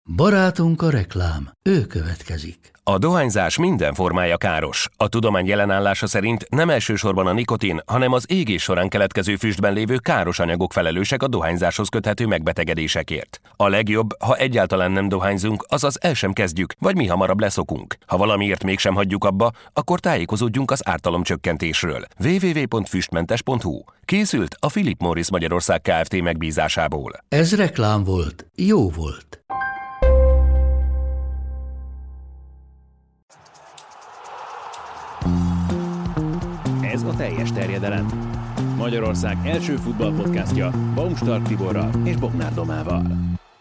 Barátunk a reklám, ő következik. A dohányzás minden formája káros. A tudomány jelenállása szerint nem elsősorban a nikotin, hanem az égés során keletkező füstben lévő káros anyagok felelősek a dohányzáshoz köthető megbetegedésekért. A legjobb, ha egyáltalán nem dohányzunk, azaz el sem kezdjük, vagy mi hamarabb leszokunk. Ha valamiért mégsem hagyjuk abba, akkor tájékozódjunk az ártalomcsökkentésről. www.füstmentes.hu. Készült a Philip Morris Magyarország Kft. Megbízásából. Ez reklám volt, jó volt. Ez a teljes terjedelem. Magyarország első futballpodcastja Baumstark Tiborral és Bognár Domával.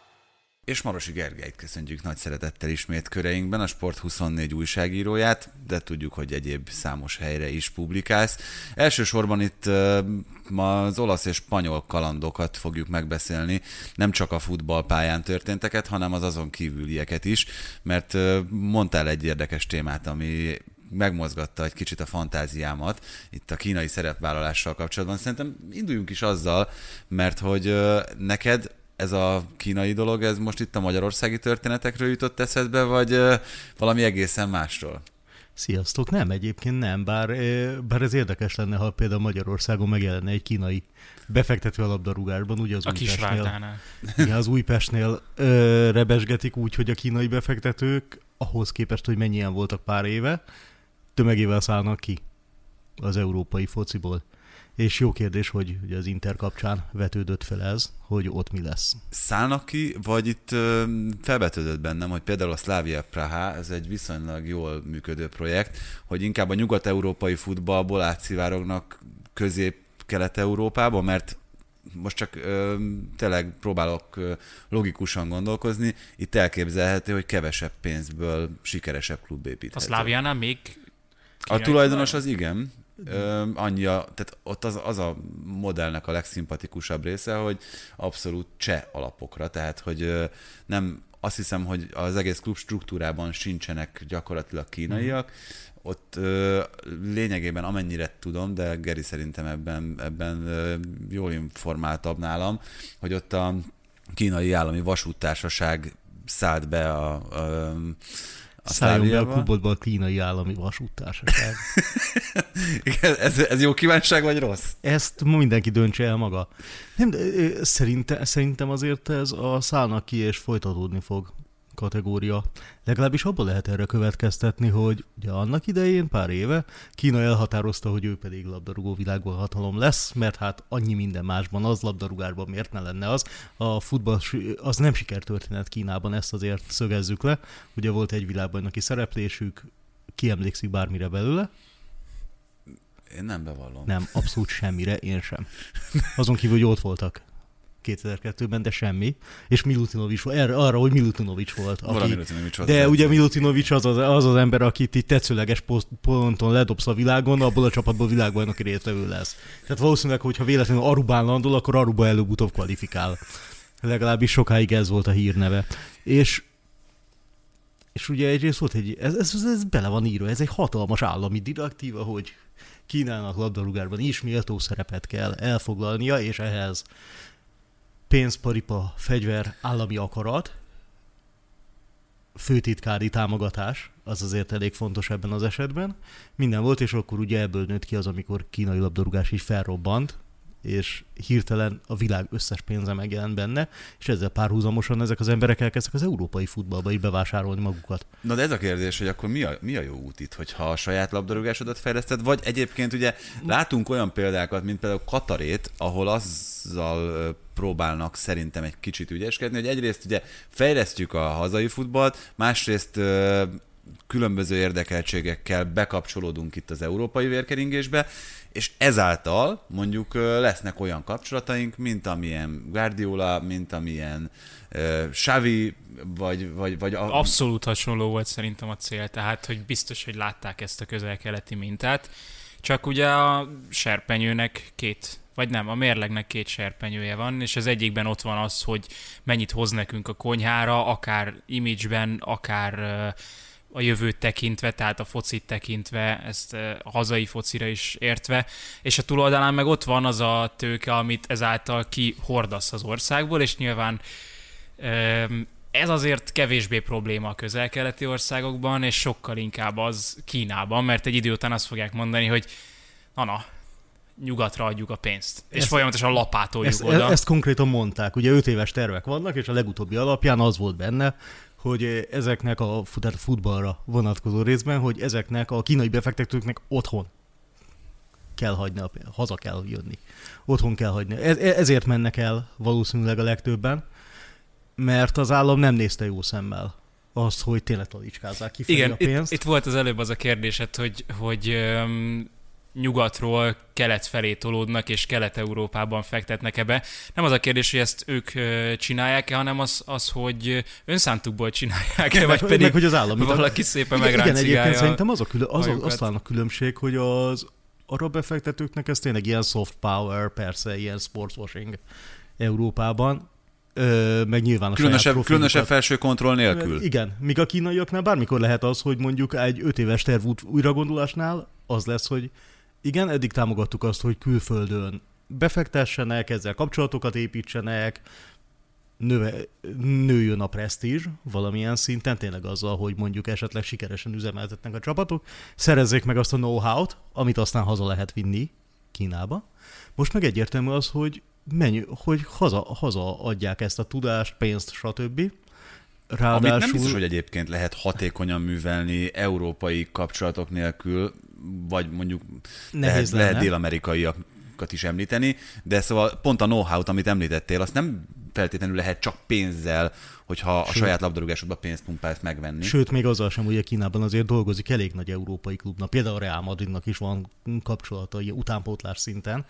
És Marosi Gergelyt köszöntjük nagy szeretettel ismét köreinkben, a Sport24 újságíróját, de tudjuk, hogy egyéb számos helyre is publikálsz. Elsősorban itt az olasz és spanyol kalandokat fogjuk megbeszélni, nem csak a futballpályán történteket, hanem az azon kívülieket is, mert mondtál egy érdekes témát, ami megmozgatta egy kicsit a fantáziámat itt a kínai szerepvállalással kapcsolatban. Szerintem induljunk is azzal, mert hogy neked ez a kínai dolog, ez most itt a magyarországi történetekről jutott eszedbe, vagy valami egészen másról? Sziasztok! Nem, egyébként nem, bár ez érdekes lenne, ha például Magyarországon megjelenne egy kínai befektető a labdarúgásban, ugye az Újpestnél. Az Újpestnél rebesgetik úgy, hogy a kínai befektetők ahhoz képest, hogy mennyien voltak pár éve, tömegével szállnak ki az európai fociból. És jó kérdés, hogy az Inter kapcsán vetődött fel ez, hogy ott mi lesz. Szállnak ki, vagy itt felvetődött bennem, hogy például a Slavia Praha, ez egy viszonylag jól működő projekt, hogy inkább a nyugat-európai futballból átszivárognak közép-kelet-európába, mert most csak tényleg próbálok logikusan gondolkozni, itt elképzelhető, hogy kevesebb pénzből sikeresebb klub építhető. A Slaviánál még a tulajdonos az igen, tehát ott az a modellnek a legszimpatikusabb része, hogy abszolút cseh alapokra, tehát hogy nem, azt hiszem, hogy az egész klub struktúrában sincsenek gyakorlatilag kínaiak, ott lényegében amennyire tudom, de Geri szerintem ebben jól informáltabb nálam, hogy ott a kínai állami vasúttársaság szállt be a szálljon be a klubodba a kínai állami vasúttársaság. ez jó kívánság, vagy rossz? Ezt mindenki döntse el maga. Nem, szerintem azért ez a szállnak ki és folytatódni fog kategória. Legalábbis abban lehet erre következtetni, hogy ugye annak idején, pár éve, Kína elhatározta, hogy ő pedig labdarúgó világban hatalom lesz, mert hát annyi minden másban az, labdarúgásban miért ne lenne az. A futball az nem sikertörténet Kínában, ezt azért szögezzük le. Ugye volt egy világbajnoki szereplésük, ki emlékszik bármire belőle? Én nem bevallom. Nem, abszolút semmire, én sem. Azon kívül, hogy ott voltak 2002-ben, de semmi. És Milutinovic volt, arra, hogy Milutinovic volt. De ugye Milutinovic az ember, akit itt tetszőleges ponton ledobsz a világon, abból a csapatból világbajnoki résztvevő lesz. Tehát valószínűleg, hogyha véletlenül Arubán landol, akkor Aruba előbb-utóbb kvalifikál. Legalábbis sokáig ez volt a hírneve. És ugye egyrészt volt ez bele van írva, ez egy hatalmas állami direktíva, hogy Kínának labdarúgásban is méltó szerepet kell elfoglalnia, és ehhez pénz, paripa, fegyver, állami akarat, főtitkári támogatás, az azért elég fontos ebben az esetben. Minden volt, és akkor ugye ebből nőtt ki az, amikor kínai labdarúgás is felrobbant, és hirtelen a világ összes pénze megjelent benne, és ezzel párhuzamosan ezek az emberek elkezdtek az európai futballba is bevásárolni magukat. Na de ez a kérdés, hogy akkor mi a jó út itt, hogyha a saját labdarúgásodat fejleszted, vagy egyébként ugye látunk olyan példákat, mint például Katarét, ahol azzal próbálnak szerintem egy kicsit ügyeskedni, hogy egyrészt ugye fejlesztjük a hazai futballt, másrészt különböző érdekeltségekkel bekapcsolódunk itt az európai vérkeringésbe, és ezáltal mondjuk lesznek olyan kapcsolataink, mint amilyen Guardiola, mint amilyen Xavi, vagy Abszolút hasonló volt szerintem a cél, tehát hogy biztos, hogy látták ezt a közel-keleti mintát, csak ugye a serpenyőnek a mérlegnek két serpenyője van, és az egyikben ott van az, hogy mennyit hoz nekünk a konyhára, akár image-ben, akár a jövőt tekintve, tehát a focit tekintve, ezt a hazai focira is értve, és a túloldalán meg ott van az a tőke, amit ezáltal kihordasz az országból, és nyilván Ez azért kevésbé probléma a közel-keleti országokban, és sokkal inkább az Kínában, mert egy idő után azt fogják mondani, hogy na, nyugatra adjuk a pénzt. És folyamatosan lapátoljuk oda. Ezt konkrétan mondták. Ugye 5 éves tervek vannak, és a legutóbbi alapján az volt benne, hogy ezeknek a futballra vonatkozó részben, hogy ezeknek a kínai befektetőknek otthon kell hagyni, haza kell jönni. Otthon kell hagyni. Ezért mennek el valószínűleg a legtöbben, mert az állam nem nézte jó szemmel azt, hogy tényleg talicskázzák kifelé a pénzt. Itt volt az előbb az a kérdésed, hogy nyugatról kelet felé tolódnak, és Kelet-Európában fektetnek ebbe. Nem az a kérdés, hogy ezt ők csinálják-e, hanem az hogy önszántukból csinálják-e, vagy pedig meg, hogy az állami valaki szépen megráncigálja. Igen, egyébként szerintem az talán a különbség, hogy az arab befektetőknek ez tényleg ilyen soft power, persze ilyen sportswashing Európában, meg nyilván a különösebb felső kontroll nélkül. Igen, míg a kínaiaknál bármikor lehet az, hogy mondjuk egy 5 éves terv újragondolásnál az lesz, hogy igen, eddig támogattuk azt, hogy külföldön befektessenek, ezzel kapcsolatokat építsenek, nőjön a presztízs valamilyen szinten, tényleg azzal, hogy mondjuk esetleg sikeresen üzemeltetnek a csapatok, szerezzék meg azt a know-how-t, amit aztán haza lehet vinni Kínába. Most meg egyértelmű az, hogy haza adják ezt a tudást, pénzt, stb. Ráadásul... Amit nem biztos, hogy egyébként lehet hatékonyan művelni európai kapcsolatok nélkül, vagy mondjuk lehet dél-amerikaiakat is említeni, de szóval pont a know-how-t, amit említettél, azt nem feltétlenül lehet csak pénzzel, hogyha a saját labdarúgásodba pénzt pumpálsz megvenni. Sőt, még azzal sem, hogy Kínában azért dolgozik elég nagy európai klubnak, például a Real Madridnak is van kapcsolata utánpótlás szinten,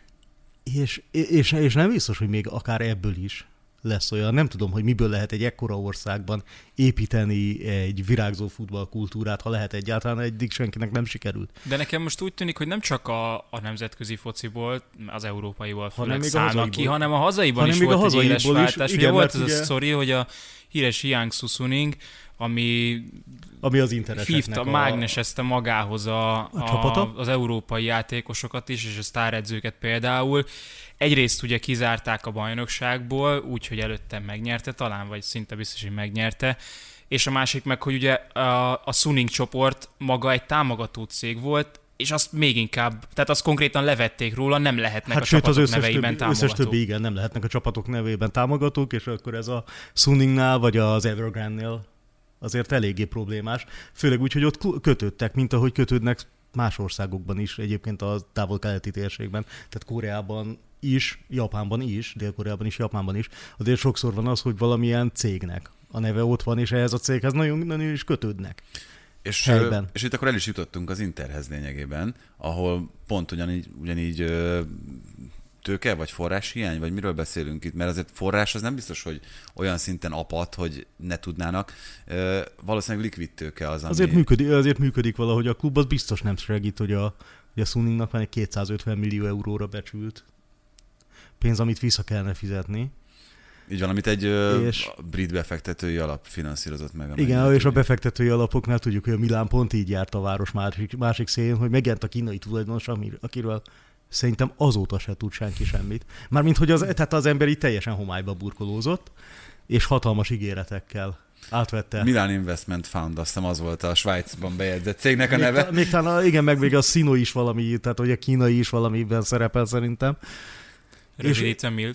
és nem biztos, hogy még akár ebből is lesz olyan. Nem tudom, hogy miből lehet egy ekkora országban építeni egy virágzó futballkultúrát, ha lehet egyáltalán, eddig senkinek nem sikerült. De nekem most úgy tűnik, hogy nem csak a nemzetközi fociból, az európaiból főleg szállnak ki, hanem a hazaiban is volt egy éles váltás. Ugye volt az a sztori, hogy a híres Jiang Susuning, ami az Intereseknek mágnesezte magához az európai játékosokat is, és a sztáredzőket például. Egyrészt ugye kizárták a bajnokságból, úgyhogy előtte megnyerte, talán vagy szinte biztos, hogy megnyerte, és a másik meg, hogy ugye a Suning csoport maga egy támogató cég volt, és azt még inkább, tehát azt konkrétan levették róla, nem lehetnek a csapatok neveiben támogatók. Összes többi, igen, nem lehetnek a csapatok nevében támogatók, és akkor ez a Suningnál vagy az Evergrande-nél azért eléggé problémás. Főleg úgy, hogy ott kötődtek, mint ahogy kötődnek más országokban is, egyébként a távol-keleti térségben, tehát Koreában is, Japánban is, Dél-Koreában is, Japánban is. Azért sokszor van az, hogy valamilyen cégnek a neve ott van, és ehhez a céghez nagyon is kötődnek. És itt akkor el is jutottunk az Interhez lényegében, ahol pont ugyanígy tőke vagy forráshiány, vagy miről beszélünk itt? Mert azért forrás az nem biztos, hogy olyan szinten apat, hogy ne tudnának. Valószínűleg likvid tőke az, ami... Azért működik valahogy a klub, az biztos nem segít, hogy a Suningnak van egy 250 millió euróra becsült pénz, amit vissza kellene fizetni. Így van, amit egy brit befektetői alap finanszírozott meg. Igen, és a befektetői alapoknál tudjuk, hogy a Milán pont így járt a város másik szélén, hogy megjelent a kínai tulajdonos, akiről szerintem azóta se tud senki semmit. Mármint, hogy az ember így teljesen homályba burkolózott, és hatalmas ígéretekkel átvette. Milan Investment Fund, azt hiszem az volt a Svájcban bejegyzett cégnek a neve. Még talán, igen, meg még a Sino is valami, tehát hogy a kínai is valamiben szerepel szerintem. Rövidítve MILF.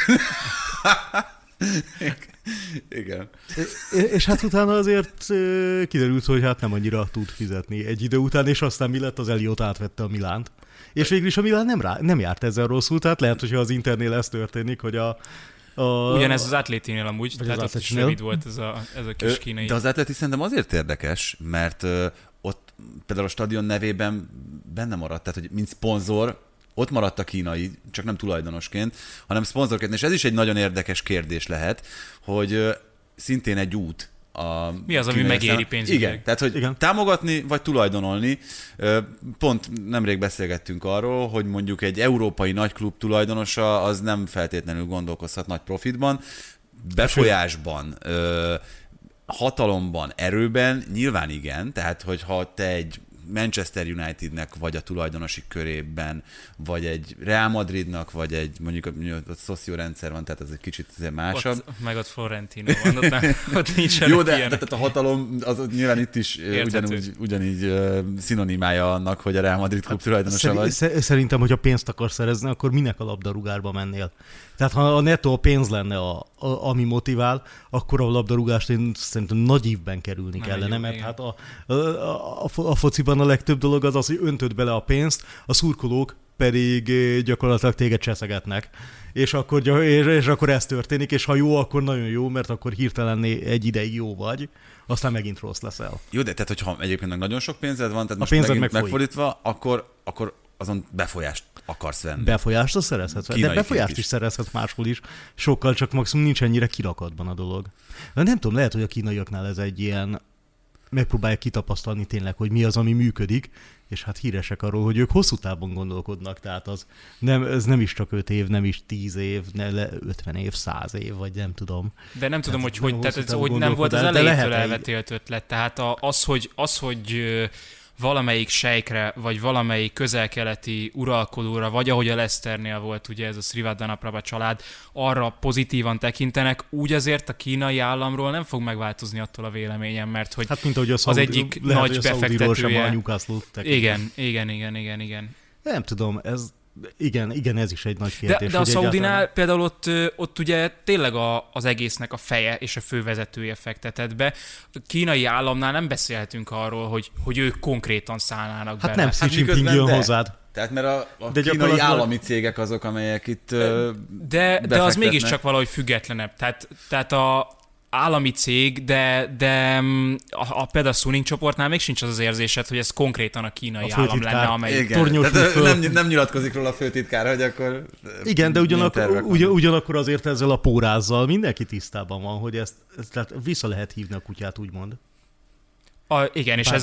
Igen. És hát utána azért kiderült, hogy hát nem annyira tud fizetni egy idő után, és aztán mi lett, az Elliot átvette a Milánt. És végül is a Milán nem járt ezzel rosszul, tehát lehet, hogyha az Internél ez történik, hogy ugyanez az Atlétinél amúgy, tehát ott is rövid volt ez a kis kínai. De az Atleti szerintem azért érdekes, mert ott például a stadion nevében benne maradt, tehát hogy mint szponzor, ott maradt a kínai, csak nem tulajdonosként, hanem szponzorként, és ez is egy nagyon érdekes kérdés lehet, hogy szintén egy út. Mi az, ami megéri pénzügyileg? Igen, tehát hogy támogatni, vagy tulajdonolni. Pont nemrég beszélgettünk arról, hogy mondjuk egy európai nagyklub tulajdonosa az nem feltétlenül gondolkozhat nagy profitban, befolyásban, hatalomban, erőben nyilván igen, tehát hogyha te egy Manchester Unitednek, vagy a tulajdonosi körében, vagy egy Real Madridnak, vagy egy mondjuk ott szociórendszer van, tehát ez egy kicsit másabb. Ott, meg ott Florentino van, ott nincsenek jó, de ilyenek. tehát a hatalom az nyilván itt is ugyanígy szinonimája annak, hogy a Real Madrid klub tulajdonosa vagy. Szerintem, hogyha pénzt akarsz szerezni, akkor minek a labdarúgásba mennél? Tehát ha a nettó pénz lenne, ami motivál, akkor a labdarúgást én szerintem nagy ívben kerülni kellene, mert hát a fociban a legtöbb dolog az, hogy öntöd bele a pénzt, a szurkolók pedig gyakorlatilag téged cseszegetnek. És akkor ez történik, és ha jó, akkor nagyon jó, mert akkor hirtelen egy ideig jó vagy, aztán megint rossz leszel. Jó, de tehát hogyha egyébként nagyon sok pénzed van, tehát most megint megfordítva, akkor azon befolyást akarsz venni. Befolyást azt szerezhetsz, de befolyást is szerezhetsz máshol is, sokkal, csak maximum nincs ennyire kirakatban a dolog. De nem tudom, lehet, hogy a kínaiaknál ez egy ilyen, megpróbálják kitapasztalni tényleg, hogy mi az, ami működik, és hát híresek arról, hogy ők hosszú távon gondolkodnak, tehát ez nem is csak 5 év, nem is 10 év, 50 év, 100 év, vagy nem tudom. De nem tudom, hogy nem volt az elejétől elvetélt ötlet, tehát az, hogy valamelyik sejkre, vagy valamelyik közel-keleti uralkodóra, vagy ahogy a Leicesternél volt, ugye ez a Srivadhanaprabha család, arra pozitívan tekintenek, úgy azért a kínai államról nem fog megváltozni attól a véleményem, mert hogy hát, mint ahogy az egyik nagy befektetője. Igen. Nem tudom, igen, ez is egy nagy kérdés. De a Saudinál például ott ugye tényleg az egésznek a feje és a fővezetője fektetett be. A kínai államnál nem beszélhetünk arról, hogy ők konkrétan szállnának bele. Hát nem, Xi Jinping jön hozzád. Tehát mert a kínai állami cégek azok, amelyek itt de az mégiscsak valahogy függetlenebb. Tehát a állami cég, de például a Suning csoportnál még sincs az érzésed, hogy ez konkrétan a kínai állam lenne, amely nem nyilatkozik róla a főtitkár, hogy akkor... Igen, de ugyanakkor azért ezzel a pórázzal mindenki tisztában van, hogy ezt tehát vissza lehet hívni a kutyát, úgymond. Igen, és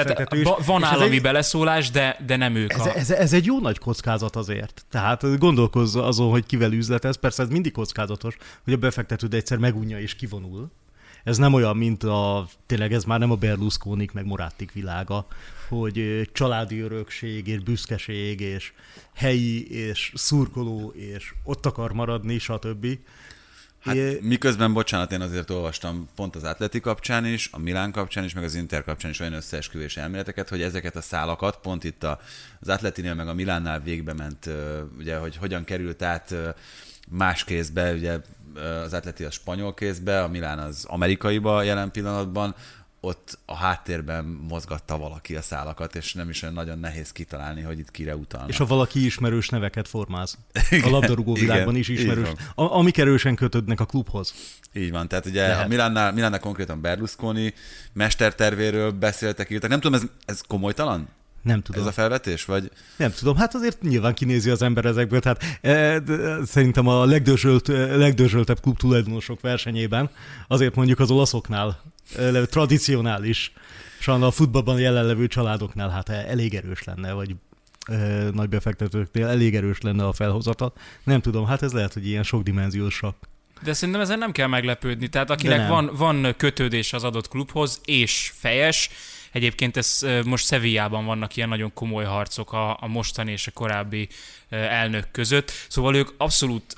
van állami beleszólás, de nem ők. Ez egy jó nagy kockázat azért. Tehát gondolkozz azon, hogy kivel üzletez. Persze ez mindig kockázatos, hogy a befektetőd egyszer megunja és kivonul. Ez nem olyan, mint tényleg ez már nem a Berlusconik meg Morattik világa, hogy családi örökség és büszkeség és helyi és szurkoló és ott akar maradni, stb. Hát miközben, bocsánat, én azért olvastam pont az Atleti kapcsán is, a Milán kapcsán is, meg az Inter kapcsán is olyan összeesküvés elméleteket, hogy ezeket a szálakat pont itt az Atletinél meg a Milánnál végbe ment, ugye, hogy hogyan került át más kézbe, ugye az Atleti a spanyol kézbe, a Milán az amerikaiba jelen pillanatban, ott a háttérben mozgatta valaki a szálakat, és nem is olyan nagyon nehéz kitalálni, hogy itt kire utalnak. És ha valaki ismerős neveket formáz. A labdarúgó világban is ismerős. Amik erősen kötődnek a klubhoz. Így van, tehát ugye a Milánnál konkrétan Berlusconi mestertervéről beszéltek, írtak. Nem tudom, ez komolytalan? Nem tudom. Ez a felvetés, vagy? Nem tudom, hát azért nyilván kinézi az ember ezekből, tehát szerintem a legdörzsöltebb klub tulajdonosok versenyében azért mondjuk az olaszoknál tradicionális, és a futballban jelenlevő családoknál hát elég erős lenne, vagy nagy befektetőknél elég erős lenne a felhozata. Nem tudom, hát ez lehet, hogy ilyen sokdimenziósak. De szerintem ezen nem kell meglepődni, tehát akinek van kötődés az adott klubhoz, és fejes. Egyébként most Sevillában vannak ilyen nagyon komoly harcok a mostani és a korábbi elnök között, szóval ők abszolút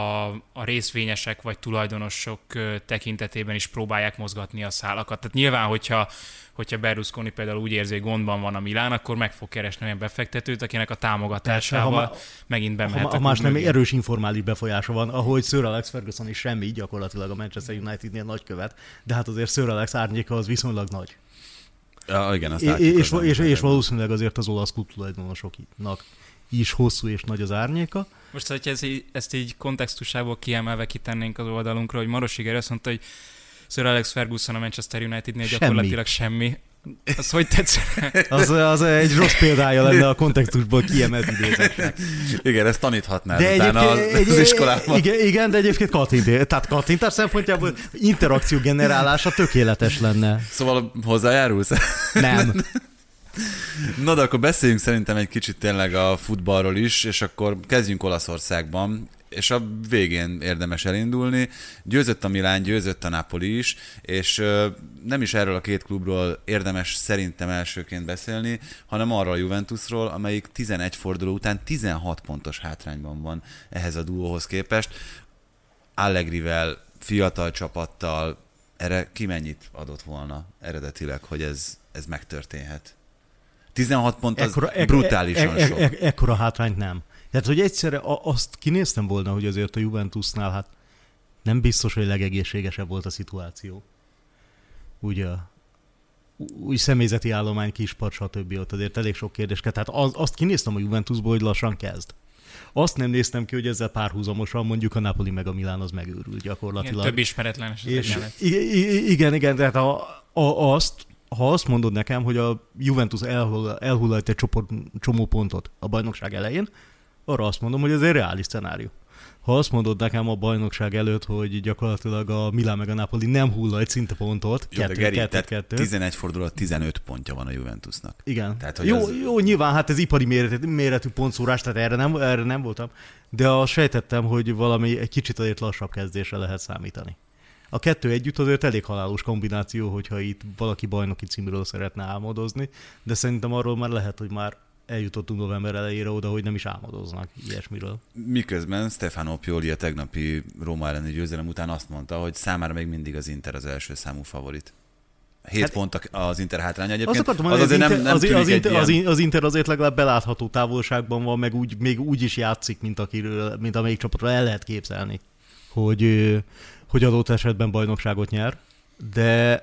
a részvényesek vagy tulajdonosok tekintetében is próbálják mozgatni a szálakat. Tehát nyilván, hogyha Berlusconi például úgy érzi, hogy gondban van a Milán, akkor meg fog keresni olyan befektetőt, akinek a támogatásával megint bemehet. Ha más nem, erős informális befolyása van, ahogy Sir Alex Ferguson is semmi, gyakorlatilag a Manchester Unitednél nagykövet, de hát azért Sir Alex árnyéka az viszonylag nagy. Ja, igen, és valószínűleg azért az olasz klubtulajdonosoknak is hosszú és nagy az árnyéka. Most, hogyha ezt így kontextusából kiemelve kitennénk az oldalunkra, hogy Marosi Geri azt mondta, hogy Sir Alex Ferguson a Manchester Unitednél gyakorlatilag semmi. Az hogy tetszene? Az egy rossz példája lenne a kontextusból kiemelt idézetnek. Igen, ezt taníthatnád utána az iskolában. Igen, de egyébként kattintás szempontjából interakció generálása tökéletes lenne. Szóval hozzájárulsz? Nem. Na, de akkor beszéljünk szerintem egy kicsit tényleg a futballról is, és akkor kezdjünk Olaszországban. és a végén érdemes elindulni. Győzött a Milán, győzött a Napoli is, és nem is erről a két klubról érdemes szerintem elsőként beszélni, hanem arról a Juventusról, amelyik 11 forduló után 16 pontos hátrányban van ehhez a duóhoz képest. Allegrivel, fiatal csapattal, erre ki mennyit adott volna eredetileg, hogy ez megtörténhet? 16 pont az brutálisan sok. Ekkora hátrányt nem. Tehát, hogy egyszerre azt kinéztem volna, hogy azért a Juventusnál hát nem biztos, hogy legegészségesebb volt a szituáció. Ugye, úgy személyzeti állomány, kispart, stb. Ott azért elég sok kérdés. Tehát azt kinéztem a Juventusból, hogy lassan kezd. Azt nem néztem ki, hogy ezzel párhuzamosan mondjuk a Napoli meg a Milán az megőrült gyakorlatilag. Igen, több ismeretlenes. Igen, tehát ha azt mondod nekem, hogy a Juventus elhullott egy csomó pontot a bajnokság elején, arra azt mondom, hogy ez egy reális szenárió. Ha azt mondod nekem a bajnokság előtt, hogy gyakorlatilag a Milán meg a Napoli nem hulla egy szinte pontot, 2-2. 11 fordulat 15 pontja van a Juventusnak. Igen. Tehát, hogy jó, nyilván hát ez ipari méretű pontszórás, tehát erre nem voltam, de sejtettem, hogy valami egy kicsit azért lassabb kezdésre lehet számítani. A kettő együtt azért elég halálos kombináció, hogyha itt valaki bajnoki címről szeretne álmodozni, de szerintem arról már lehet, hogy már eljutottunk november elejére oda, hogy nem is álmodoznak ilyesmiről. Miközben Stefano Pioli a tegnapi Róma elleni győzelem után azt mondta, hogy számára még mindig az Inter az első számú favorit. 7 pont az Inter hátránya egyébként. Az Inter azért legalább belátható távolságban van, meg még úgy is játszik, mint amelyik csapatra el lehet képzelni, hogy adott esetben bajnokságot nyer, de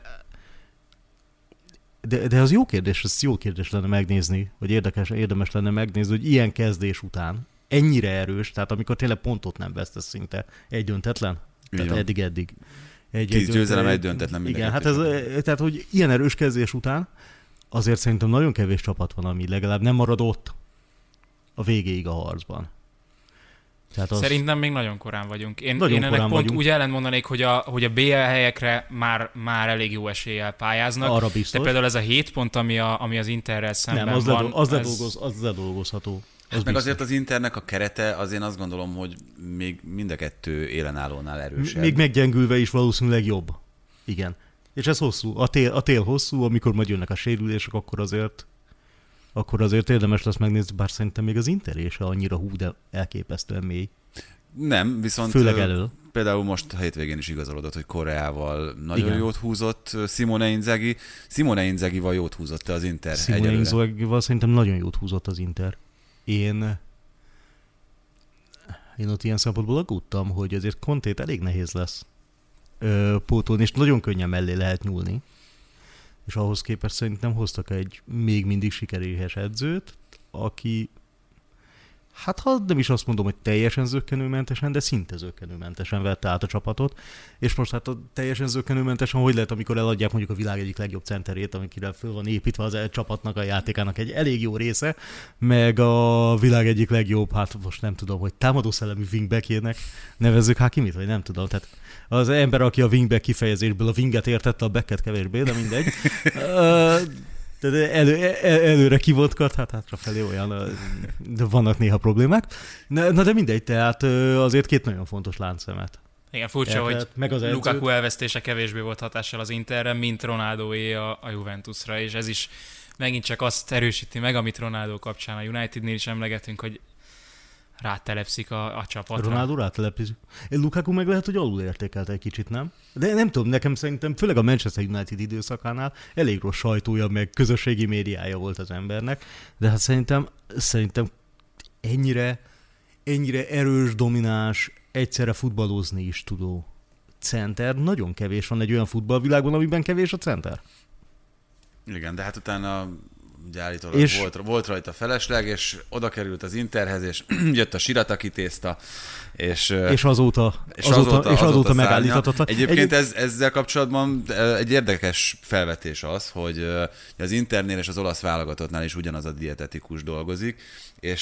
az jó kérdés lenne megnézni, vagy érdemes lenne megnézni, hogy ilyen kezdés után ennyire erős, tehát amikor tényleg pontot nem vesztesz szinte, egy döntetlen, tehát eddig. 10 győzelem, egy döntetlen mindenki. Igen, tehát hogy ilyen erős kezdés után azért szerintem nagyon kevés csapat van, ami legalább nem marad ott a végéig a harcban. Szerintem még nagyon korán vagyunk. Én ennek pont úgy ellentmondanék, hogy a BL helyekre már elég jó eséllyel pályáznak. Arra biztos. De például ez a 7 pont, ami az Interrel szemben van. Az ledolgozható. Hát meg azért az Internek a kerete, az én azt gondolom, hogy még mind a kettő élenállónál erősebb. Még meggyengülve is valószínűleg jobb. Igen. És ez hosszú. A tél hosszú, amikor majd jönnek a sérülések, akkor azért érdemes lesz megnézni, bár szerintem még az Interé se annyira de elképesztően mély. Nem, viszont főleg elől. Például most a hétvégén is igazolódott, hogy Koreával nagyon jót húzott Simone Inzaghi. Simone Inzaghival jót húzott az Inter egyelőre. Simone Inzaghival szerintem nagyon jót húzott az Inter. Én ott ilyen szempontból aggódtam, hogy azért Contét elég nehéz lesz pótolni, és nagyon könnyen mellé lehet nyúlni. És ahhoz képest szerintem hoztak egy még mindig sikeréhes edzőt, aki, hát ha nem is azt mondom, hogy teljesen zökkenőmentesen, de szinte zökkenőmentesen vette át a csapatot, és most hát a teljesen zökkenőmentesen hogy lehet, amikor eladják mondjuk a világ egyik legjobb centerét, amikire föl van építve az csapatnak, a játékának egy elég jó része, meg a világ egyik legjobb, hát most nem tudom, hogy támadószellemű wingbackének nevezzük Hakimit, vagy nem tudom, tehát az ember, aki a wingback kifejezésből a winget értette, a backet kevésbé, de mindegy. Előre kivontkat, hát hátrafelé olyan, de vannak néha problémák. Na de mindegy, tehát azért két nagyon fontos láncszemet. Igen, furcsa, hogy Lukaku elvesztése kevésbé volt hatással az Interre, mint Ronaldoé a Juventusra, és ez is megint csak azt erősíti meg, amit Ronaldo kapcsán a Unitednél is emlegetünk, hogy rátelepszik a csapatra. Ronaldo rátelepszik. Lukaku meg lehet, hogy alul értékelte egy kicsit, nem? De nem tudom, nekem szerintem, főleg a Manchester United időszakánál elég rossz sajtója, meg közösségi médiája volt az embernek, de hát szerintem ennyire erős, domináns, egyszerre futballozni is tudó center, nagyon kevés van egy olyan futballvilágban, amiben kevés a center. Igen, de hát utána ugye állítólag volt rajta felesleg, és oda került az Interhez, és jött a Shirataki tészta, és azóta megállíthatatlan. Egyébként ezzel kapcsolatban egy érdekes felvetés az, hogy az Internél és az olasz válogatottnál is ugyanaz a dietetikus dolgozik, és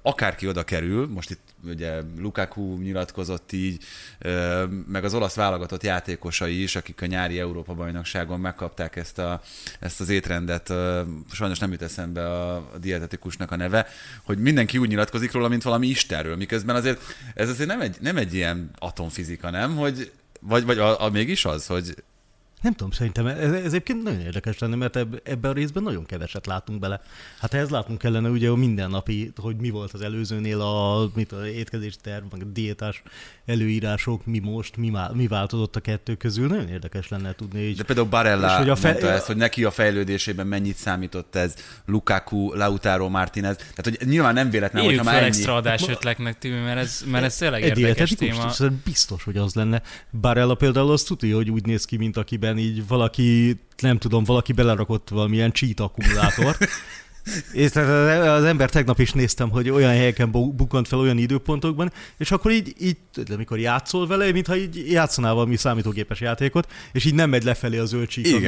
akárki oda kerül, most itt ugye Lukaku nyilatkozott így, meg az olasz válogatott játékosai is, akik a nyári Európa-bajnokságon megkapták ezt az étrendet, sajnos nem jut eszembe a dietetikusnak a neve, hogy mindenki úgy nyilatkozik róla, mint valami istenről, miközben azért ez azért nem egy ilyen atomfizika, nem? Hogy, vagy mégis az, hogy... Nem tudom, szerintem ez egyébként nagyon érdekes lenne, mert ebben a részben nagyon keveset látunk bele. Hát ehhez látnunk kellene ugye a mindennapi, hogy mi volt az előzőnél az étkezési terv, meg a diétás előírások, mi most, mi változott a kettő közül. Nagyon érdekes lenne tudni. Így. De például Barella mondta ezt, hogy neki a fejlődésében mennyit számított ez, Lukaku, Lautaro Martinez. Tehát, hogy nyilván nem véletlen, hogyha már ennyi... extra adás ötletnek, Timi, mert ez tényleg érdekes téma. Biztos, hogy az lenne. Barella például azt tudja, hogy úgy néz ki, mint akiben így valaki, nem tudom, valaki belerakott valamilyen cheat akkumulátort. És az ember tegnap is néztem, hogy olyan helyeken bukkant fel olyan időpontokban, és akkor így amikor játszol vele, mintha így játszanál valami számítógépes játékot, és így nem megy lefelé a zöld csík,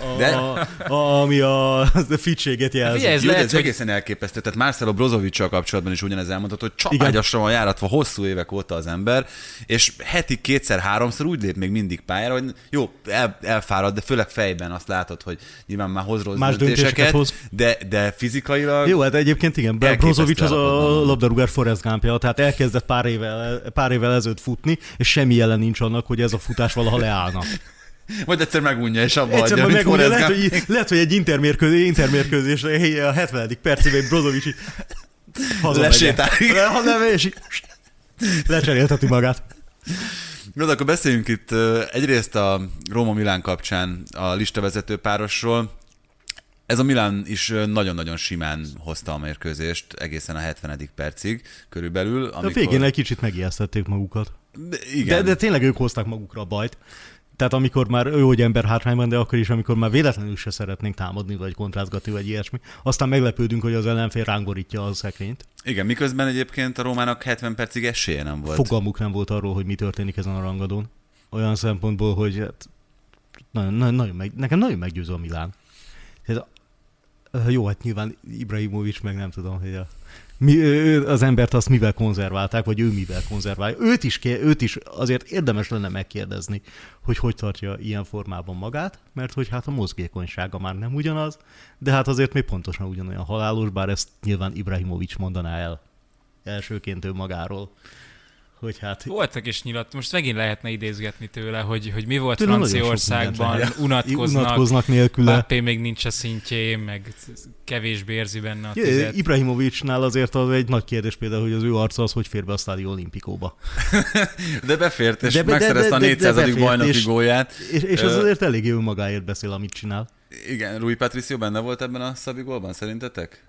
ami a fitséget jelzi. Ez egészen elképesztő. Tehát Marcelo Brozovic-sal kapcsolatban is ugyanez elmondható, hogy csapágyasra van járatva hosszú évek óta az ember, és heti 2-3-szor úgy lép még mindig pályára, hogy jó, elfárad, de főleg fejben azt látod, hogy nyilván már hoz rossz döntéseket, de fizikailag... Jó, hát egyébként igen, Brozovic az a labdarúgás Forrest Gumpja, tehát elkezdett pár évvel ezelőtt futni, és semmi jelen nincs annak, hogy ez a futás valaha leállna. Vagy egyszer megunja, és abba hagyja, mint Forrest Gump. Lehet, hogy egy intermérkőzés a 70. percében Brozovic így lesétálik. És lecserélteti magát. Jó, akkor beszéljünk itt egyrészt a Róma-Milán kapcsán a listavezető párosról. Ez a Milán is nagyon-nagyon simán hozta a mérkőzést egészen a 70. percig körülbelül. Amikor... A végén egy kicsit megijesztették magukat. De tényleg ők hozták magukra a bajt. Tehát amikor már ő, hogy ember hátrányban, de akkor is, amikor már véletlenül se szeretnénk támadni, vagy kontrázgatni, vagy ilyesmi, aztán meglepődünk, hogy az ellenfél ránk borítja a szekrényt. Igen, miközben egyébként a Rómának 70 percig esélye nem volt. Fogalmuk nem volt arról, hogy mi történik ezen a rangadón. Olyan szempontból, hogy hát, nekem nagyon meggyőző a Milán. Jó, hát nyilván Ibrahimovic, meg nem tudom, hogy az embert azt mivel konzerválták, vagy ő mivel konzerválja. Őt is azért érdemes lenne megkérdezni, hogy tartja ilyen formában magát, mert hogy hát a mozgékonysága már nem ugyanaz, de hát azért még pontosan ugyanolyan halálos, bár ezt nyilván Ibrahimovic mondaná el elsőként ő magáról. Hogy hát... Voltak is most megint lehetne idézgetni tőle, hogy mi volt Franciaországban, unatkoznak nélküle. Mbappé még nincs a szintjén, meg kevésbé érzi benne a tüzet. Ibrahimovicnál azért az egy nagy kérdés például, hogy az ő arca az hogy fér be a Stadio Olimpikóba. De befért, és megszerezte a 400. bajnoki gólját. És az azért eléggé önmagáért beszél, amit csinál. Igen, Rui Patricio benne volt ebben a Szabi gólban, szerintetek?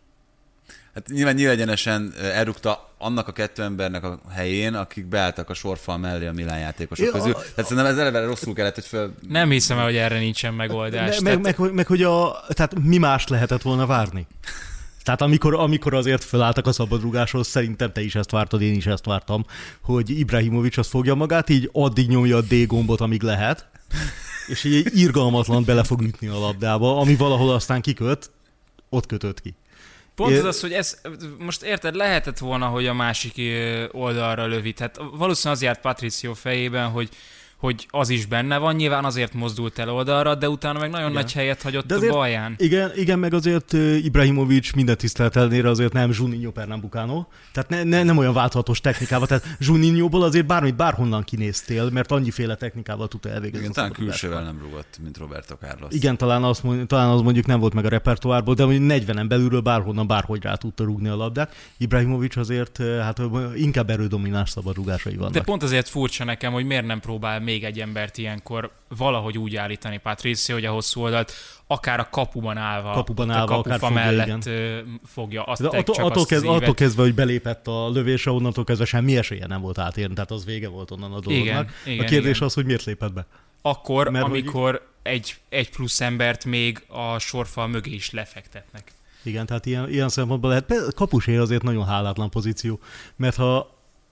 Hát nyilván nyílegyenesen elrúgta annak a kettő embernek a helyén, akik beálltak a sorfal mellé a Milán játékosok közül. Tehát szerintem ez eleve rosszul kellett, hogy föl... Nem hiszem el, hogy erre nincsen megoldás. Meg hogy tehát mi mást lehetett volna várni? Tehát amikor azért fölálltak a szabadrúgáshoz, szerintem te is ezt vártad, én is ezt vártam, hogy Ibrahimovic azt fogja magát, így addig nyomja a D gombot, amíg lehet, és így irgalmatlan bele fog ütni a labdába, ami valahol aztán kiköt, ott kötött ki. Pont az, hogy ez, most érted, lehetett volna, hogy a másik oldalra lövi. Tehát valószínűleg az járt Patricio fejében, hogy az is benne van, nyilván azért mozdult el oldalra, de utána meg nagyon nagy helyet hagyott a balján. Igen, meg azért Ibrahimovic minden tisztelet ellenére azért nem Juninho Pernambucano, tehát nem olyan válthatos technikával, tehát Juninhoból azért bárhonnan kinéztél, mert annyiféle technikával tudta elvégezni. Igen, talán külsővel nem rúgott, mint Roberto Carlos. Igen, talán az mondjuk nem volt meg a repertoárból, de mondjuk 40-en belülről bárhonnan bárhogy rá tudta rúgni a labdát. Ibrahimovic azért hát inkább erődomináns szabadrúgásai vannak. De pont azért furcsa nekem, hogy miért nem próbál még egy embert ilyenkor valahogy úgy állítani Patricio, hogy a hosszú oldalt akár a kapuban állva a kapufa mellett fogja azt attól kezdve, hogy belépett a lövésre, onnantól kezdve semmi esélye nem volt átérni, tehát az vége volt onnan a dolognak. A kérdés az, hogy miért lépett be. Akkor, amikor egy plusz embert még a sorfal mögé is lefektetnek. Igen, tehát ilyen szempontból lehet. Kapusé azért nagyon hálátlan pozíció, mert ha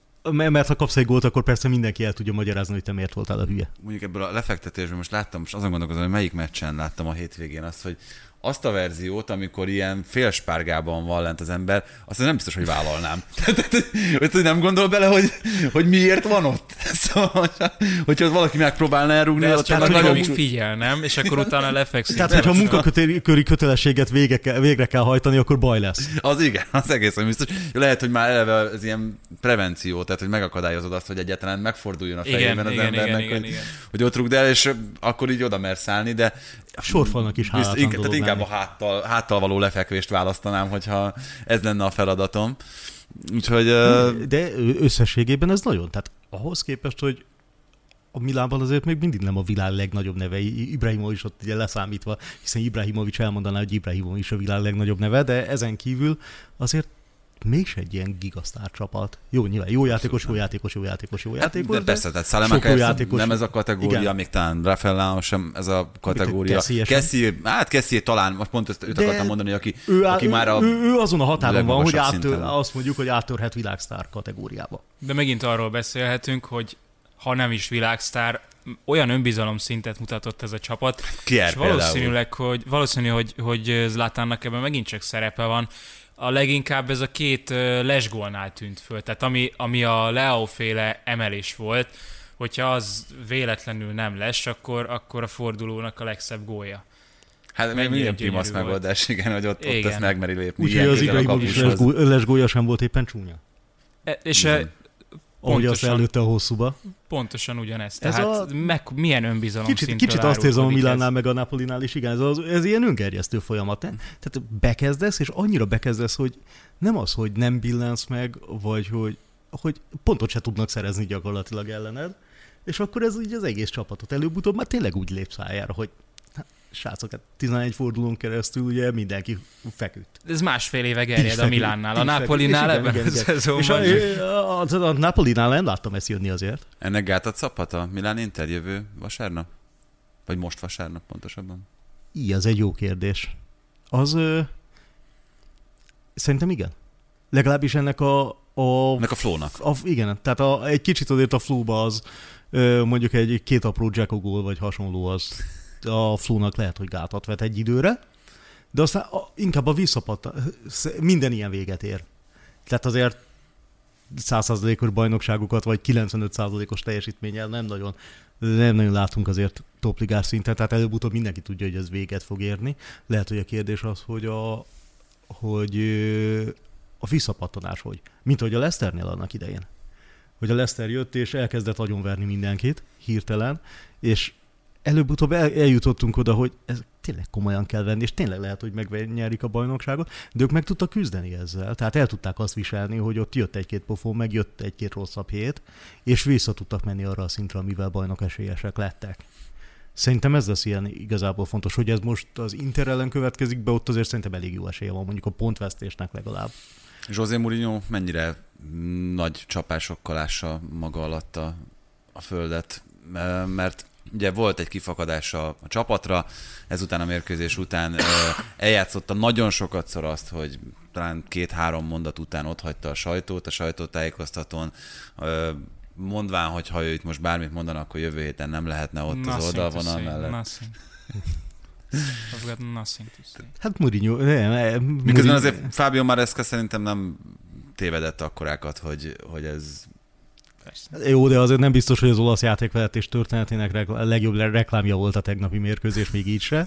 kapsz egy gólt, akkor persze mindenki el tudja magyarázni, hogy te miért voltál a hülye. Mondjuk ebből a lefektetésből most azon gondolkozom, hogy melyik meccsen láttam a hétvégén azt, hogy azt a verziót, amikor ilyen félspárgában van lent az ember, azt nem biztos, hogy vállalnám. Tehát nem gondol bele, hogy miért van ott? Szóval, hogyha valaki megpróbálna elrúgni, de azt csak nagyon figyel, nem? És akkor utána lefekszik. Tehát, hogyha a munkaköri kötelességet végre kell hajtani, akkor baj lesz. Az igen, az egészen biztos. Lehet, hogy már eleve ez ilyen prevenció, tehát hogy megakadályozod azt, hogy egyáltalán megforduljon a fejében az embernek, hogy ott rúgd el, és akkor így oda mersz állni, de sorfalnak is hálátlan dolog. Tehát inkább a háttal való lefekvést választanám, hogyha ez lenne a feladatom. Úgyhogy... De összességében ez nagyon. Tehát ahhoz képest, hogy a Milánban azért még mindig nem a világ legnagyobb neve, Ibrahimovic ott ugye leszámítva, hiszen Ibrahimovic elmondaná, hogy Ibrahimovic a világ legnagyobb neve, de ezen kívül azért mégse egy ilyen gigasztár csapat. Jó, nyilván jó játékos. De persze, tehát Salemaker nem ez a kategória, igen. Még talán Rafael sem ez a kategória. Kessie talán, most pont őt akartam mondani, aki már ő azon a határon van, hogy azt mondjuk, hogy áttörhet világsztár kategóriába. De megint arról beszélhetünk, hogy ha nem is világsztár, olyan önbizalom szintet mutatott ez a csapat, és valószínű, hogy Zlatannak ebben megint csak szerepe van. A leginkább ez a két lesgólnál tűnt föl. Tehát ami a Leao-féle emelés volt, hogyha az véletlenül nem lesz, akkor a fordulónak a legszebb gólja. Hát még milyen primasz megoldás, igen, hogy ott ezt megmeri lépni. Úgyhogy az Ibrahimovic lesgólja sem volt éppen csúnya. És ahogy azt előtte a hosszúba. Pontosan ugyanezt. Tehát milyen önbizalom szintről kicsit azt érzem a Milánnál meg a Napolinál is, igen, ez ilyen öngerjesztő folyamat. Tehát bekezdesz, és annyira bekezdesz, hogy nem az, hogy nem billensz meg, vagy hogy pontot se tudnak szerezni gyakorlatilag ellened, és akkor ez így az egész csapatot előbb-utóbb már tényleg úgy lép szájára, hogy srácok, 11 fordulón keresztül ugye mindenki feküdt. Ez másfél éve gerjed a Milánnál, a Napolinál ebben a szezonban. És a Napolinál nem láttam ezt jönni azért. Ennek gátat szabhat a Milán Inter jövő vasárnap? Vagy most vasárnap pontosabban? Az egy jó kérdés. Szerintem igen. Legalábbis ennek ennek a flow-nak. Igen, tehát egy kicsit azért a flow-ba az mondjuk egy két apró Dzeko gól vagy hasonló az a flow-nak lehet, hogy gátat vet egy időre, de aztán inkább a visszapattan, minden ilyen véget ér. Tehát azért 100%-os bajnokságokat, vagy 95%-os teljesítménnyel nem nagyon látunk azért topligás szinten, tehát előbb-utóbb mindenki tudja, hogy ez véget fog érni. Lehet, hogy a kérdés az, hogy a visszapattanás hogy. Mint ahogy a Leicesternél annak idején. Hogy a Leicester jött, és elkezdett agyonverni mindenkit hirtelen, és előbb-utóbb eljutottunk oda, hogy ez tényleg komolyan kell venni, és tényleg lehet, hogy megnyerik a bajnokságot, de ők meg tudtak küzdeni ezzel. Tehát el tudták azt viselni, hogy ott jött egy-két pofon, meg jött egy-két rosszabb hét, és vissza tudtak menni arra a szintre, amivel bajnok esélyesek lettek. Szerintem ez lesz ilyen igazából fontos, hogy ez most az Inter ellen következik be, ott azért szerintem elég jó esélye van, mondjuk a pontvesztésnek legalább. José Mourinho mennyire nagy csapásokkal ássa maga alatt a földet, mert ugye volt egy kifakadás a csapatra, ezután a mérkőzés után eljátszotta nagyon sokatszor azt, hogy talán 2-3 mondat után otthagyta a sajtótájékoztatón, mondván, hogy ha ő itt most bármit mondana, akkor jövő héten nem lehetne ott az oldalvonal mellett. Hát Mourinho... Miközben azért Fábio Maresca szerintem nem tévedett akkorákat, hogy ez... Persze. Jó, de azért nem biztos, hogy az olasz játékvezetés történetének a legjobb reklámja volt a tegnapi mérkőzés, még így se.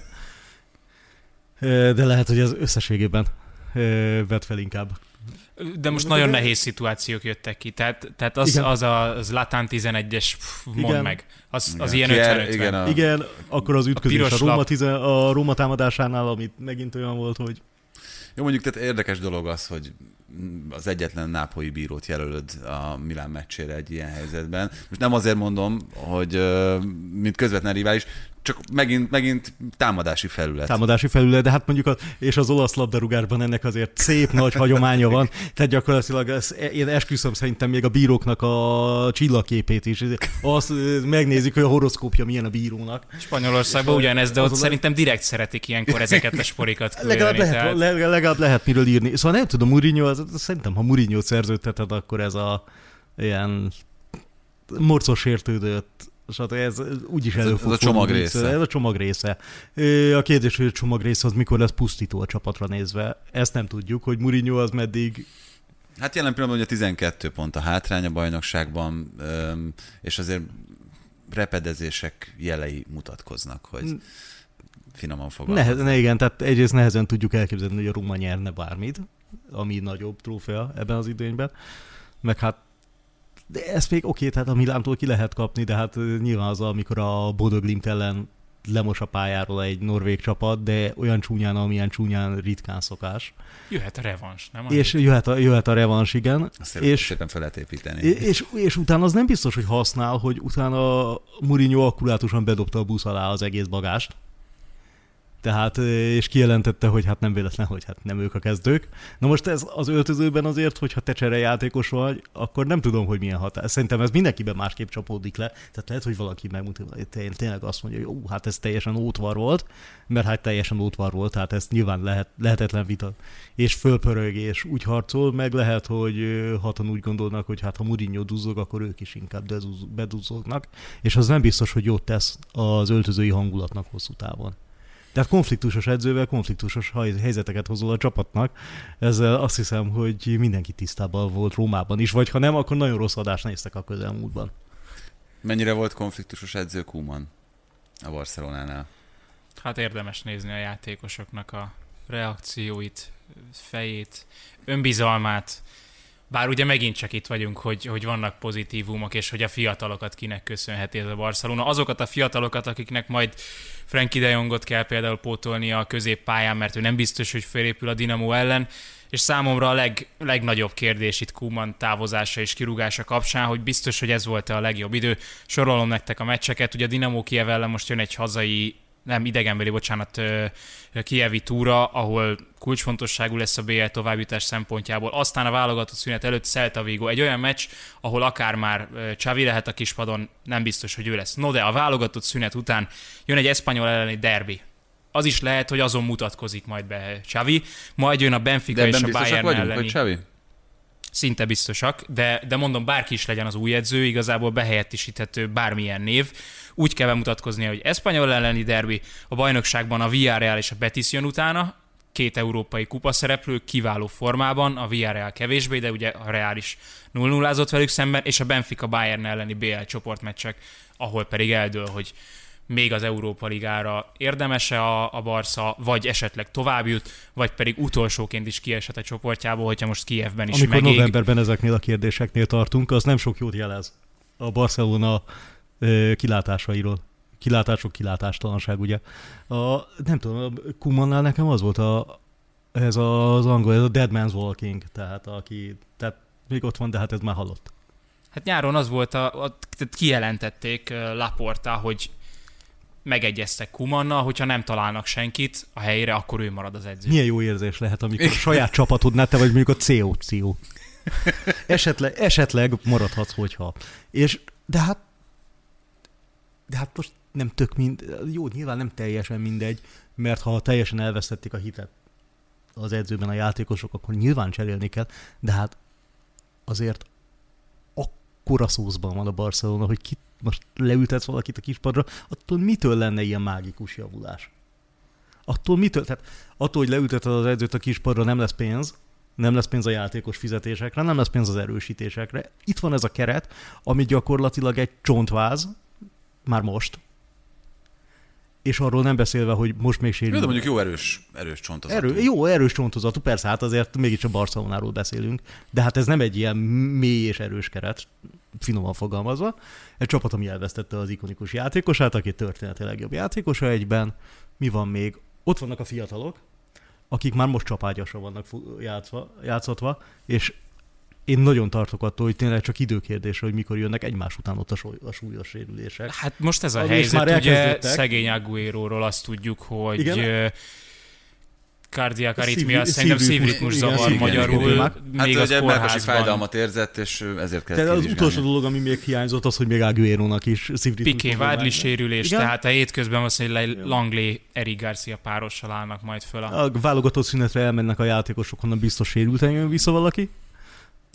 De lehet, hogy ez összességében vett fel inkább. De most nagyon nehéz szituációk jöttek ki, tehát az a Zlatan 11-es, mondd meg, az ilyen 50-50. Igen, akkor az ütközés a Róma támadásánál, amit megint olyan volt, hogy... Jó, mondjuk tehát érdekes dolog az, hogy az egyetlen nápolyi bírót jelölöd a Milán meccsére egy ilyen helyzetben. Most nem azért mondom, hogy mint közvetlen rivális, csak megint támadási felület. De hát mondjuk és az olasz labdarúgásban ennek azért szép nagy hagyománya van, tehát gyakorlatilag én esküszöm szerintem még a bíróknak a csillagképét is. Azt megnézik, hogy a horoszkópja milyen a bírónak. Spanyolországban ugyanez, de ott szerintem direkt szeretik ilyenkor ezeket a sporikat küldeni. Legalább lehet miről írni. Szóval nem tudom, Mourinho, szerintem ha Mourinho-t szerződteted, akkor ez a ilyen morcos sértődött Ez úgyis előfog. Ez a csomag része. Ez a csomag része. A kérdés, hogy a csomag része az mikor lesz pusztító a csapatra nézve. Ezt nem tudjuk, hogy Mourinho az meddig... Hát jelen pillanatban ugye 12 pont a hátrány a bajnokságban, és azért repedezések jelei mutatkoznak, hogy finoman fogalmaznak. Igen, tehát egyrészt nehezen tudjuk elképzelni, hogy a Roma nyerne bármit, ami nagyobb trófea ebben az idényben, meg hát de ezt még oké, tehát a Milántól ki lehet kapni, de hát nyilván az, amikor a Bodø Glimt ellen lemos a pályáról egy norvég csapat, de olyan csúnyán, amilyen csúnyán ritkán szokás. Jöhet a revans, nem? És jöhet a revans, igen. És szépen fel lehet építeni. És utána az nem biztos, hogy használ, hogy utána Mourinho akkurátusan bedobta a busz alá az egész bagást. Tehát, és kijelentette, hogy hát nem véletlen, hogy hát nem ők a kezdők. Na most ez az öltözőben azért, hogyha te cserejátékos vagy, akkor nem tudom, hogy milyen hatás. Szerintem ez mindenkiben másképp csapódik le. Tehát lehet, hogy valaki megmutatja, hogy tényleg azt mondja, hogy hát ez teljesen ótvar volt, mert hát teljesen ótvar volt, tehát ezt nyilván lehetetlen vita. És fölpörög, és úgy harcol, meg lehet, hogy hatan úgy gondolnak, hogy hát ha Mourinho duzzog, akkor ők is inkább beduzzognak, és az nem biztos, hogy jót tesz az öltözői hangulatnak hosszú távon. Tehát konfliktusos edzővel konfliktusos helyzeteket hozol a csapatnak. Ezzel azt hiszem, hogy mindenki tisztában volt Rómában is, vagy ha nem, akkor nagyon rossz adást néztek a közelmúltban. Mennyire volt konfliktusos edző Koeman a Barcelonánál? Hát érdemes nézni a játékosoknak a reakcióit, fejét, önbizalmát. Bár ugye megint csak itt vagyunk, hogy vannak pozitívumok, és hogy a fiatalokat kinek köszönheti ez a Barcelona. Azokat a fiatalokat, akiknek majd Frenkie de Jongot kell például pótolnia a középpályán, mert ő nem biztos, hogy felépül a Dinamo ellen. És számomra a legnagyobb kérdés itt Koeman távozása és kirúgása kapcsán, hogy biztos, hogy ez volt-e a legjobb idő. Sorolom nektek a meccseket. Ugye a Dinamo Kijev ellen most jön egy idegenbeli kijevi túra, ahol kulcsfontosságú lesz a BL továbbjutás szempontjából. Aztán a válogatott szünet előtt Celta Vigo. Egy olyan meccs, ahol akár már Xavi lehet a kispadon, nem biztos, hogy ő lesz. No, de a válogatott szünet után jön egy Espanyol elleni derbi. Az is lehet, hogy azon mutatkozik majd be Xavi. Majd jön a Benfica és a Bayern elleni. Hogy Xavi? Szinte biztosak, de mondom, bárki is legyen az új edző, igazából behelyettesíthető bármilyen név. Úgy kell bemutatkoznia, hogy Espanyol elleni derbi, a bajnokságban a Villarreal és a Betis jön utána, 2 európai kupaszereplő kiváló formában, a Villarreal kevésbé, de ugye a Real is 0-0-ázott velük szemben, és a Benfica Bayern elleni BL csoportmeccsek, ahol pedig eldől, hogy még az Európa Ligára érdemes-e a Barca, vagy esetleg tovább jut, vagy pedig utolsóként is kieshet a csoportjából, hogyha most Kijevben is amikor novemberben ezeknél a kérdéseknél tartunk, az nem sok jót jelez a Barcelona kilátásairól. Kilátástalanság, ugye. Nem tudom, a Koemannál nekem az volt ez az angol, ez a Dead Man's Walking, tehát még ott van, de hát ez már halott. Hát nyáron az volt, kijelentették Laporta, hogy megegyeztek Koemannal, hogyha nem találnak senkit a helyére, akkor ő marad az edző. Milyen jó érzés lehet, amikor saját csapatodnál te vagy mondjuk a CO. Esetleg maradhatsz, hogyha. De hát most nem jó, nyilván nem teljesen mindegy, mert ha teljesen elvesztették a hitet az edzőben a játékosok, akkor nyilván cserélni kell, de hát azért akkora szószban van a Barcelona, hogy most leültetsz valakit a kispadra, attól mitől lenne ilyen mágikus javulás? Attól, hogy leülteted az edzőt a kispadra, nem lesz pénz a játékos fizetésekre, nem lesz pénz az erősítésekre. Itt van ez a keret, ami gyakorlatilag egy csontváz, már most, és arról nem beszélve, hogy most még sérül. De mondjuk jó erős csontozatú. Erős csontozatú, persze, hát azért mégis a Barcelonáról beszélünk, de hát ez nem egy ilyen mély és erős keret, finoman fogalmazva. Egy csapat, ami elvesztette az ikonikus játékosát, aki történeti legjobb játékosa egyben. Mi van még? Ott vannak a fiatalok, akik már most csapágyasra vannak játszatva, és én nagyon tartok attól, hogy tényleg csak időkérdés, hogy mikor jönnek egymás után ott a súlyos sérülések. Hát most ez a helyzet, ugye szegény Agüeróról azt tudjuk, hogy cardiac arrhythmia, szerintem szívritmus zavar magyarul. Hát ugye melkasi fájdalmat érzett, és ezért kellett az utolsó dolog, ami még hiányzott, az, hogy még Agüerónak is szívritmus. Piqué Vádli sérülés, tehát a hétközben azt mondja, hogy Langley, Eric Garcia párossal állnak majd föl. A válogatott szünetre elmennek a játékosok, honnan biztos sérülten jön vissza valaki.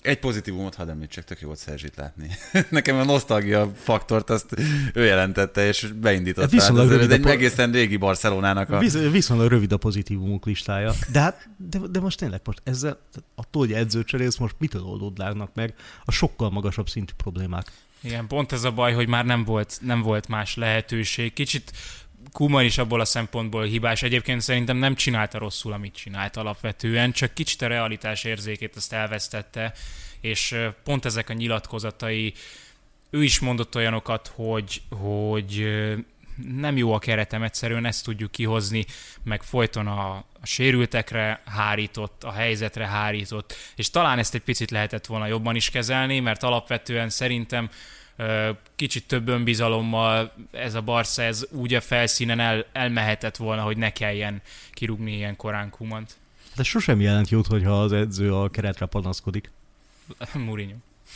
Egy pozitívumot hadd említsek, tök jó volt Szerzsit látni. Nekem a nosztalgia faktort azt ő jelentette, és beindította. Ez egy egészen régi Barcelonának a... Viszonylag rövid a pozitívumok listája. De most tényleg ezzel, attól, hogy edzőt cserélsz, most mitől oldódnának meg a sokkal magasabb szintű problémák? Igen, pont ez a baj, hogy már nem volt más lehetőség. Kicsit Koeman is abból a szempontból hibás. Egyébként szerintem nem csinálta rosszul, amit csinált alapvetően, csak kicsit a realitás érzékét azt elvesztette, és pont ezek a nyilatkozatai, ő is mondott olyanokat, hogy nem jó a keretem, egyszerűen ezt tudjuk kihozni, meg folyton a sérültekre hárított, a helyzetre hárított, és talán ezt egy picit lehetett volna jobban is kezelni, mert alapvetően szerintem kicsit több önbizalommal ez a Barca, ez úgy a felszínen elmehetett volna, hogy ne kelljen kirúgni ilyen korán Koemant. De sosem jelent jót, hogyha az edző a keretre panaszkodik. Mourinho.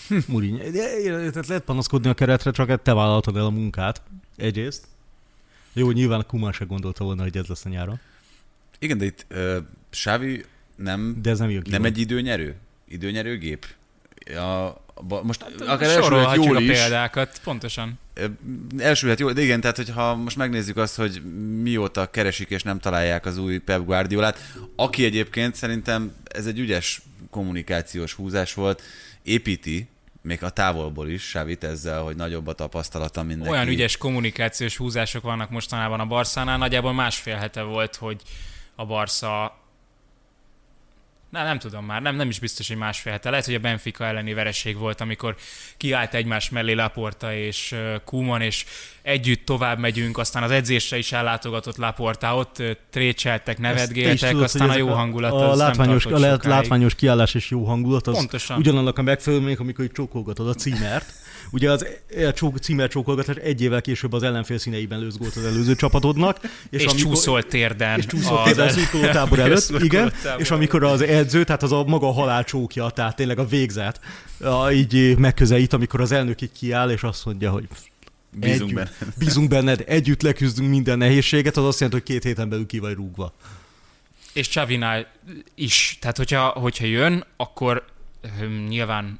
Tehát lehet panaszkodni a keretre, csak te vállaltad el a munkát egyrészt. Jó, nyilván a Koeman se gondolta volna, hogy ez lesz a nyáron. Igen, de itt Xavi nem egy időnyerőgép. Most akár sorolhatjuk jól a példákat, pontosan. Elsülhet jól, de igen, tehát hogyha most megnézzük azt, hogy mióta keresik és nem találják az új Pep Guardiolát, aki egyébként szerintem ez egy ügyes kommunikációs húzás volt, építi, még a távolból is Xavit ezzel, hogy nagyobb a tapasztalata mindenki. Olyan ügyes kommunikációs húzások vannak mostanában a Barszánál, nagyjából másfél hete volt, hogy a Barca... Nem tudom már, nem is biztos, hogy másfél hete. Lehet, hogy a Benfica elleni vereség volt, amikor kiállt egymás mellé Laporta és Koeman, és együtt tovább megyünk, aztán az edzésre is ellátogatott Laporta, ott trécseltek, nevetgéltek, aztán a jó hangulat az nem tartott sokáig. Látványos kiállás és jó hangulat, az pontosan. Ugyanannak a megfelelő, amikor csókolgatod a címert. Ugye az címer csókolgatás egy évvel később az ellenfél színeiben lőtt gólt az előző csapatodnak. És csúszolt térden. És csúszolt térden a szurkolótábor előtt, igen. És amikor az edző, tehát az a maga halálcsókja, tehát tényleg a végzet, így megközelít, amikor az elnök így kiáll, és azt mondja, hogy bízunk benned, együtt leküzdünk minden nehézséget, az azt jelenti, hogy 2 héten belül ki vagy rúgva. És Xavinál is. Tehát hogyha jön, akkor nyilván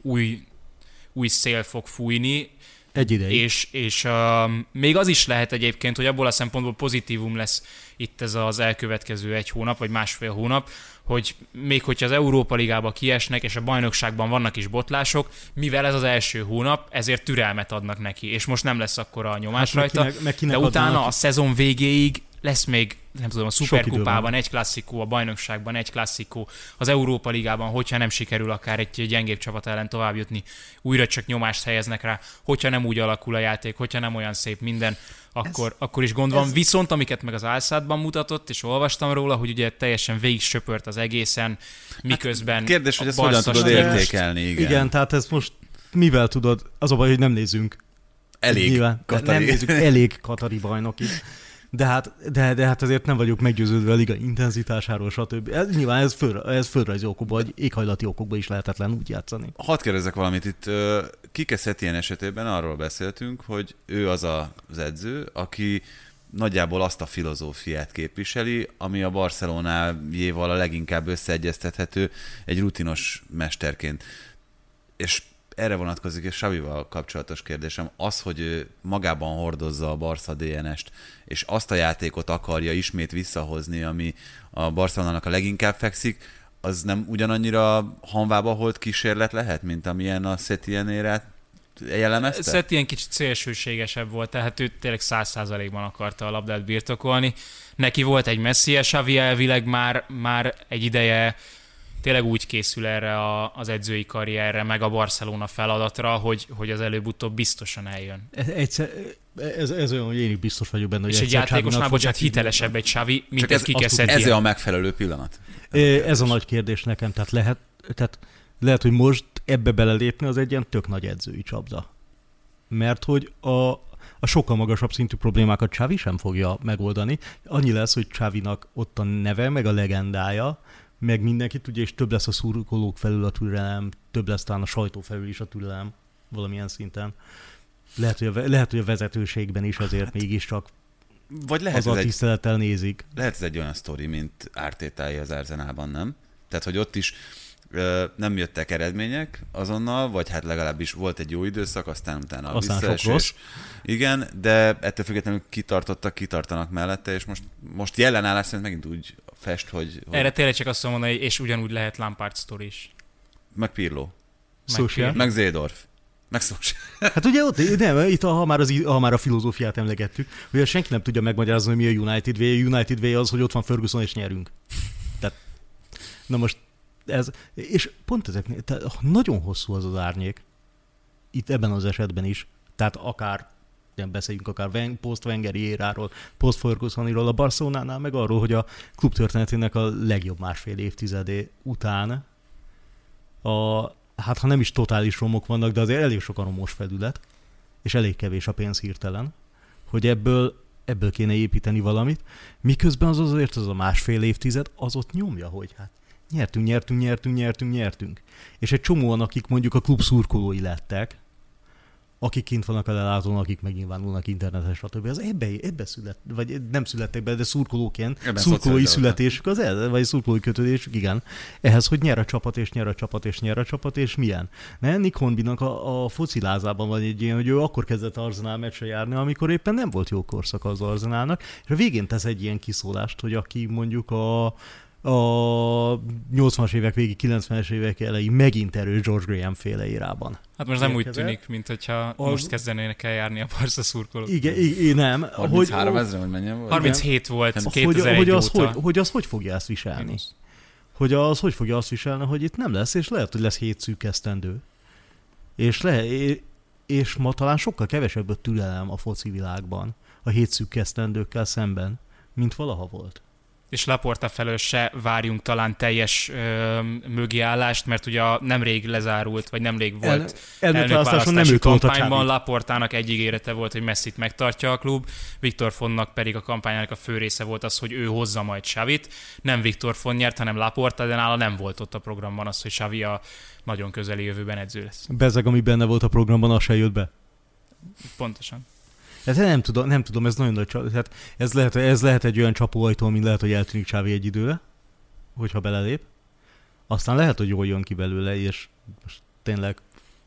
új szél fog fújni, egy ideig. És még az is lehet egyébként, hogy abból a szempontból pozitívum lesz itt ez az elkövetkező 1 hónap, vagy másfél hónap, hogy még hogyha az Európa Ligába kiesnek, és a bajnokságban vannak is botlások, mivel ez az első hónap, ezért türelmet adnak neki, és most nem lesz akkora a nyomás rajta, de utána a szezon végéig lesz még, nem tudom, a Szuperkupában egy klasszikó, a bajnokságban egy klasszikó, az Európa Ligában, hogyha nem sikerül akár egy gyengébb csapat ellen tovább jutni, újra csak nyomást helyeznek rá, hogyha nem úgy alakul a játék, hogyha nem olyan szép minden, akkor is gond van. Viszont amiket meg az Álszádban mutatott, és olvastam róla, hogy ugye teljesen végig söpört az egészen, miközben kérdés, hogy ezt hogyan tudod értékelni, igen, tehát ezt most mivel tudod, az a baj, hogy nem nézünk. Nem nézzük elég katari bajnokig. De hát azért nem vagyok meggyőződve a liga intenzitásáról, stb. Nyilván ez földrajzi okokból, vagy éghajlati okokból is lehetetlen úgy játszani. Hadd kérdezzek valamit itt. Kike Setien esetében arról beszéltünk, hogy ő az az edző, aki nagyjából azt a filozófiát képviseli, ami a Barcelonájéval a leginkább összeegyeztethető egy rutinos mesterként. És erre vonatkozik, és Xavival kapcsolatos kérdésem, az, hogy ő magában hordozza a Barca DNS-t, és azt a játékot akarja ismét visszahozni, ami a Barcelonának a leginkább fekszik, az nem ugyanannyira hanvába holt kísérlet lehet, mint amilyen a Setien-ére jellemezte? Setien kicsit szélsőségesebb volt, tehát ő tényleg 100%-ban akarta a labdát birtokolni. Neki volt egy messzie, Xavi elvileg már egy ideje tényleg úgy készül erre az edzői karrierre, meg a Barcelona feladatra, hogy az előbb-utóbb biztosan eljön. Ez olyan, hogy én is biztos vagyok benne, hogy és egy játékosnál, bocsánat, hitelesebb egy Xavi, mint egy Kike Setien. Ez a megfelelő pillanat? Ez a nagy kérdés nekem, tehát lehet, hogy most ebbe belelépni az egy ilyen tök nagy edzői csapda. Mert hogy a sokkal magasabb szintű problémákat Xavi sem fogja megoldani. Annyi lesz, hogy Xavinak ott a neve, meg a legendája, meg mindenki tudja, és több lesz a szurkolók felül a türelem, több lesz talán a sajtó felül is a türelem valamilyen szinten. Lehet, hogy a vezetőségben is azért mégiscsak vagy lehet az a tisztelettel nézik. Lehet ez egy olyan sztori, mint Artétái az Arsenalban, nem? Tehát, hogy ott is nem jöttek eredmények azonnal, vagy hát legalábbis volt egy jó időszak, aztán utána a visszaesés. Igen, de ettől függetlenül kitartanak mellette, és most jelenállás szerint megint úgy fest, hogy... Erre tényleg csak azt mondom, hogy és ugyanúgy lehet Lampard sztori is. Meg Pirlo. Social. Meg Zédorf. Meg Social. Hát ugye ott, itt ha már a filozófiát emlegettük, hogy senki nem tudja megmagyarázni, hogy mi a United Way. A United Way az, hogy ott van Ferguson és nyerünk. Tehát, na most ez, és pont ezeknél, tehát nagyon hosszú az az árnyék, itt ebben az esetben is, tehát akár, nem beszéljünk akár post-Wengeri éráról, post-Fergusoniról, a Barcelonánál, meg arról, hogy a klub történetének a legjobb másfél évtizedé után hát ha nem is totális romok vannak, de azért elég sok a romos felület, és elég kevés a pénz hirtelen, hogy ebből kéne építeni valamit, miközben azért az a másfél évtized az ott nyomja, hogy hát nyertünk. És egy csomóan, akik mondjuk a klub szurkolói lettek, akik kint vannak a lelátón, akik megnyilvánulnak internetes, stb. Az ebbe vagy nem születtek be, de szurkolóként, szurkolói születésük az ez, vagy szurkolói kötődésük, igen. Ehhez, hogy nyer a csapat, és milyen. Nick Hornbynak a focilázában van egy ilyen, hogy ő akkor kezdett Arsenal meccsre járni, amikor éppen nem volt jó korszak az Arsenalnak, és a végén tesz egy ilyen kiszólást, hogy aki mondjuk a 80-as évek végi, 90-es évek elejé megint erős George Graham féle érában. Hát most nem úgy tűnik, mint hogyha most kezdenének el járni a Barca szurkolók. Igen, nem. 33 000, hogy menjen volt? 37 volt 2001 óta. Hogy az hogy fogja ezt viselni? Hogy az hogy fogja azt viselni, hogy itt nem lesz, és lehet, hogy lesz 7 szűk esztendő. És ma talán sokkal kevesebb a türelem a foci világban a 7 szűk esztendőkkel szemben, mint valaha volt. És Laporta felől se várjunk talán teljes mögéállást, mert ugye nemrég lezárult, vagy nemrég volt elnökválasztási kampányban. Laportának egy ígérete volt, hogy Messit megtartja a klub, Viktor Fonnak pedig a kampányának a fő része volt az, hogy ő hozza majd Xavit. Nem Viktor Fon nyert, hanem Laporta, de nála nem volt ott a programban az, hogy Xavi a nagyon közeli jövőben edző lesz. Bezeg, ami benne volt a programban, az se jött be. Pontosan. Hát nem tudom, ez nagyon nagy csapó. Hát ez lehet egy olyan csapóajtó, mint lehet, hogy eltűnik Xavi egy időre, hogyha belelép. Aztán lehet, hogy jól jön ki belőle, és most tényleg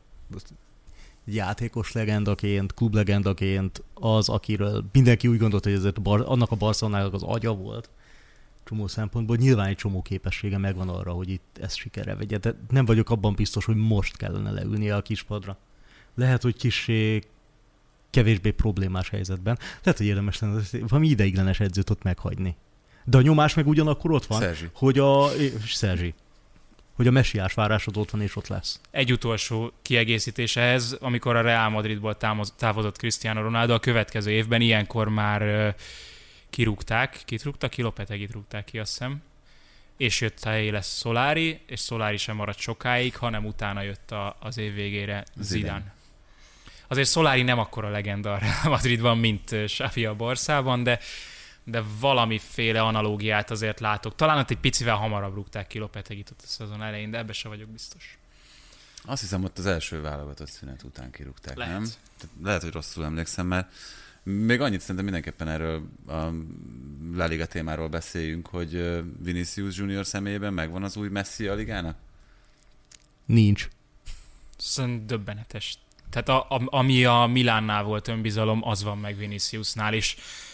játékos legendaként, klublegendaként az, akiről mindenki úgy gondolta, hogy ezért annak a Barcelonának az agya volt, csomó szempontból. Nyilván egy csomó képessége megvan arra, hogy itt ezt sikerre vegye, de nem vagyok abban biztos, hogy most kellene leülnie a kispadra. Lehet, hogy kevésbé problémás helyzetben. Lehet, hogy érdemes lenne valami ideiglenes edzőt ott meghagyni. De a nyomás meg ugyanakkor ott van, Szerzsi. Hogy a messiás várásod ott van és ott lesz. Egy utolsó kiegészítés ehhez, amikor a Real Madridból távozott Cristiano Ronaldo, a következő évben ilyenkor már kirúgták. Kit rúgtak ki? Lopetegit rúgták ki, azt hiszem. És jött helyé lesz Solari, és Solari sem maradt sokáig, hanem utána jött az év végére Zidane. Azért Solari nem akkora legenda a Real Madridban, mint Xavi a Barszában, de valamiféle analógiát azért látok. Talán ott egy picivel hamarabb rúgták ki Lopetegit ott a szezon elején, de ebbe se vagyok biztos. Azt hiszem, ott az első válogatott szünet után kirúgták, lehet. Nem? Lehet, hogy rosszul emlékszem, mert még annyit szerintem mindenképpen erről a La Liga témáról beszéljünk, hogy Vinicius Junior személyében megvan az új Messi a ligának? Nincs. Szerintem döbbenetes. Tehát ami a Milánnál volt önbizalom, az van meg Viniciusnál is.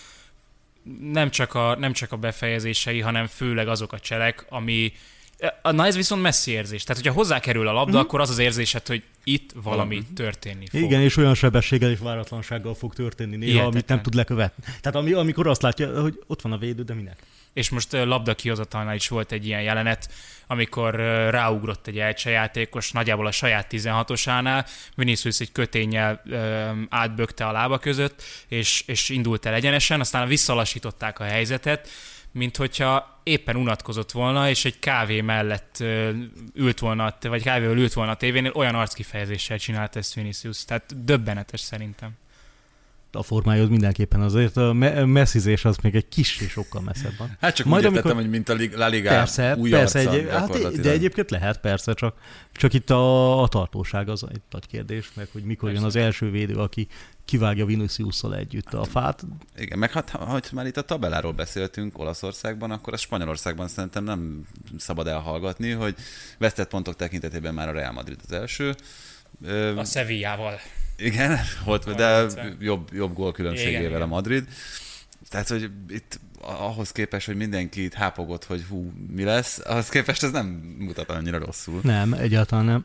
Nem csak a befejezései, hanem főleg azok a cselek, ami... Na ez viszont Messi érzés. Tehát, hogyha hozzákerül a labda, akkor az érzésed, hogy itt valami történni fog. Igen, és olyan sebességgel és váratlansággal fog történni néha, amit nem tud lekövetni. Tehát amikor azt látja, hogy ott van a védő, de minek? És most labda kihozatalnál is volt egy ilyen jelenet, amikor ráugrott egy Elche játékos, nagyjából a saját 16-osánál, Vinicius egy köténnyel átbökte a lába között, és indult el egyenesen, aztán visszalassították a helyzetet, mint hogyha éppen unatkozott volna, és egy kávé mellett ült volna, vagy kávéval ült volna a tévénél, olyan arckifejezéssel csinált ezt Vinicius. Tehát döbbenetes szerintem. a formája mindenképpen azért a messzizés az még egy kis és sokkal messzebb van. Hát csak majd úgy értettem, hogy mint a La Liga persze, új persze, arca. de egyébként lehet, persze, csak itt a tartóság az egy nagy kérdés, meg hogy mikor jön az első védő, aki kivágja Viniciusszal együtt a fát. Igen, meg ha már itt a tabelláról beszéltünk Olaszországban, akkor a Spanyolországban szerintem nem szabad elhallgatni, hogy vesztett pontok tekintetében már a Real Madrid az első. A Sevillával. Igen, de jobb gólkülönbségével a Madrid. Tehát, hogy itt ahhoz képest, hogy mindenki itt hápogott, hogy mi lesz, ahhoz képest ez nem mutat annyira rosszul. Nem, egyáltalán nem.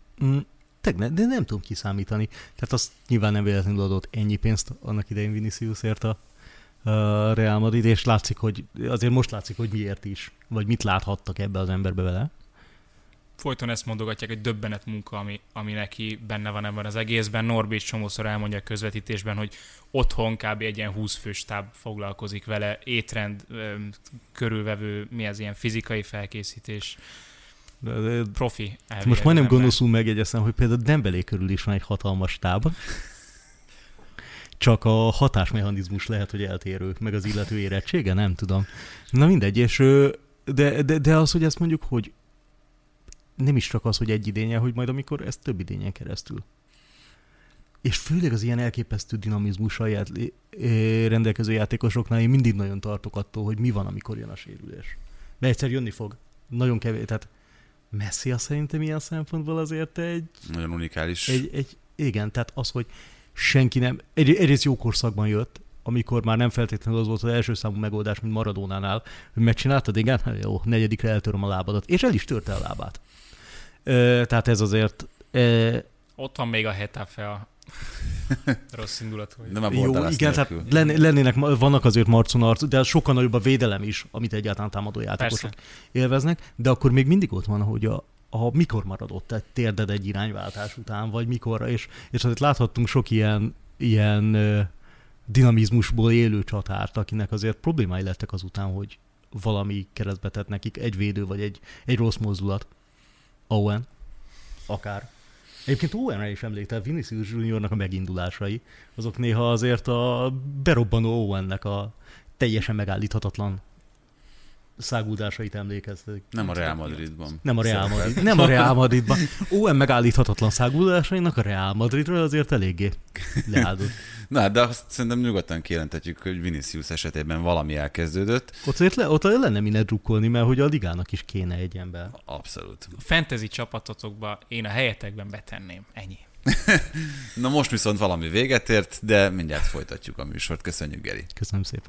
De nem tudom kiszámítani. Tehát azt nyilván nem véletlenül adott ennyi pénzt annak idején Viniciusért a Real Madrid, és azért most látszik, hogy miért is, vagy mit láthattak ebbe az emberbe vele. Folyton ezt mondogatják, hogy döbbenet munka, ami neki benne van ebben az egészben. Norbi is csomószor elmondja a közvetítésben, hogy otthon kb. Egy ilyen 20 fős táb foglalkozik vele, étrend, körülvevő, ilyen fizikai felkészítés. Profi. Most majdnem gonoszul megjegyeztem, hogy például Dembélé körül is van egy hatalmas táb. Csak a hatásmechanizmus lehet, hogy eltérő, meg az illető érettsége, nem tudom. Na mindegy, és de az, hogy ezt mondjuk, hogy nem is csak az, hogy egy idényen, hogy majd amikor ez több idényen keresztül. És főleg az ilyen elképesztő dinamizmussal rendelkező játékosoknál én mindig nagyon tartok attól, hogy mi van, amikor jön a sérülés. De egyszer jönni fog. Nagyon kevés, tehát Messi azt szerintem ilyen szempontból azért egy... Nagyon unikális. Igen, tehát az, hogy senki nem... Egyrészt jó korszakban jött, amikor már nem feltétlenül az volt az első számú megoldás, mint Maradónánál, hogy megcsináltad, igen, jó, negyedikre eltöröm a lábadat. És el is törte a lábát. Tehát ez azért... Ott van még a Hetafe a rossz indulat. Nem a jó, igen, tehát lennének, vannak azért marconarc, de sokkal nagyobb a védelem is, amit egyáltalán támadó játékosok élveznek, de akkor még mindig ott van, hogy mikor maradott egy térded egy irányváltás után, vagy mikorra, és azért láthattunk sok ilyen dinamizmusból élő csatárt, akinek azért problémái lettek azután, hogy valami keresztbe tett nekik egy védő, vagy egy rossz mozdulat. Owen, akár. Egyébként Owenre is emléktel, Vinicius Juniornak a megindulásai, azok néha azért a berobbanó Owennek a teljesen megállíthatatlan száguldásait emlékeztek. Nem a Real Madridban. Nem a Real Madridban. Owen megállíthatatlan száguldásainak a Real Madridről azért eléggé leáldott. Na, de azt szerintem nyugodtan kijelentetjük, hogy Vinicius esetében valami elkezdődött. Ott lenne minek drukkolni, mert hogy a ligának is kéne egy ember. Abszolút. A fantasy csapatotokba én a helyetekben betenném. Ennyi. Na most viszont valami véget ért, de mindjárt folytatjuk a műsort. Köszönjük, Geri. Köszönöm szépen.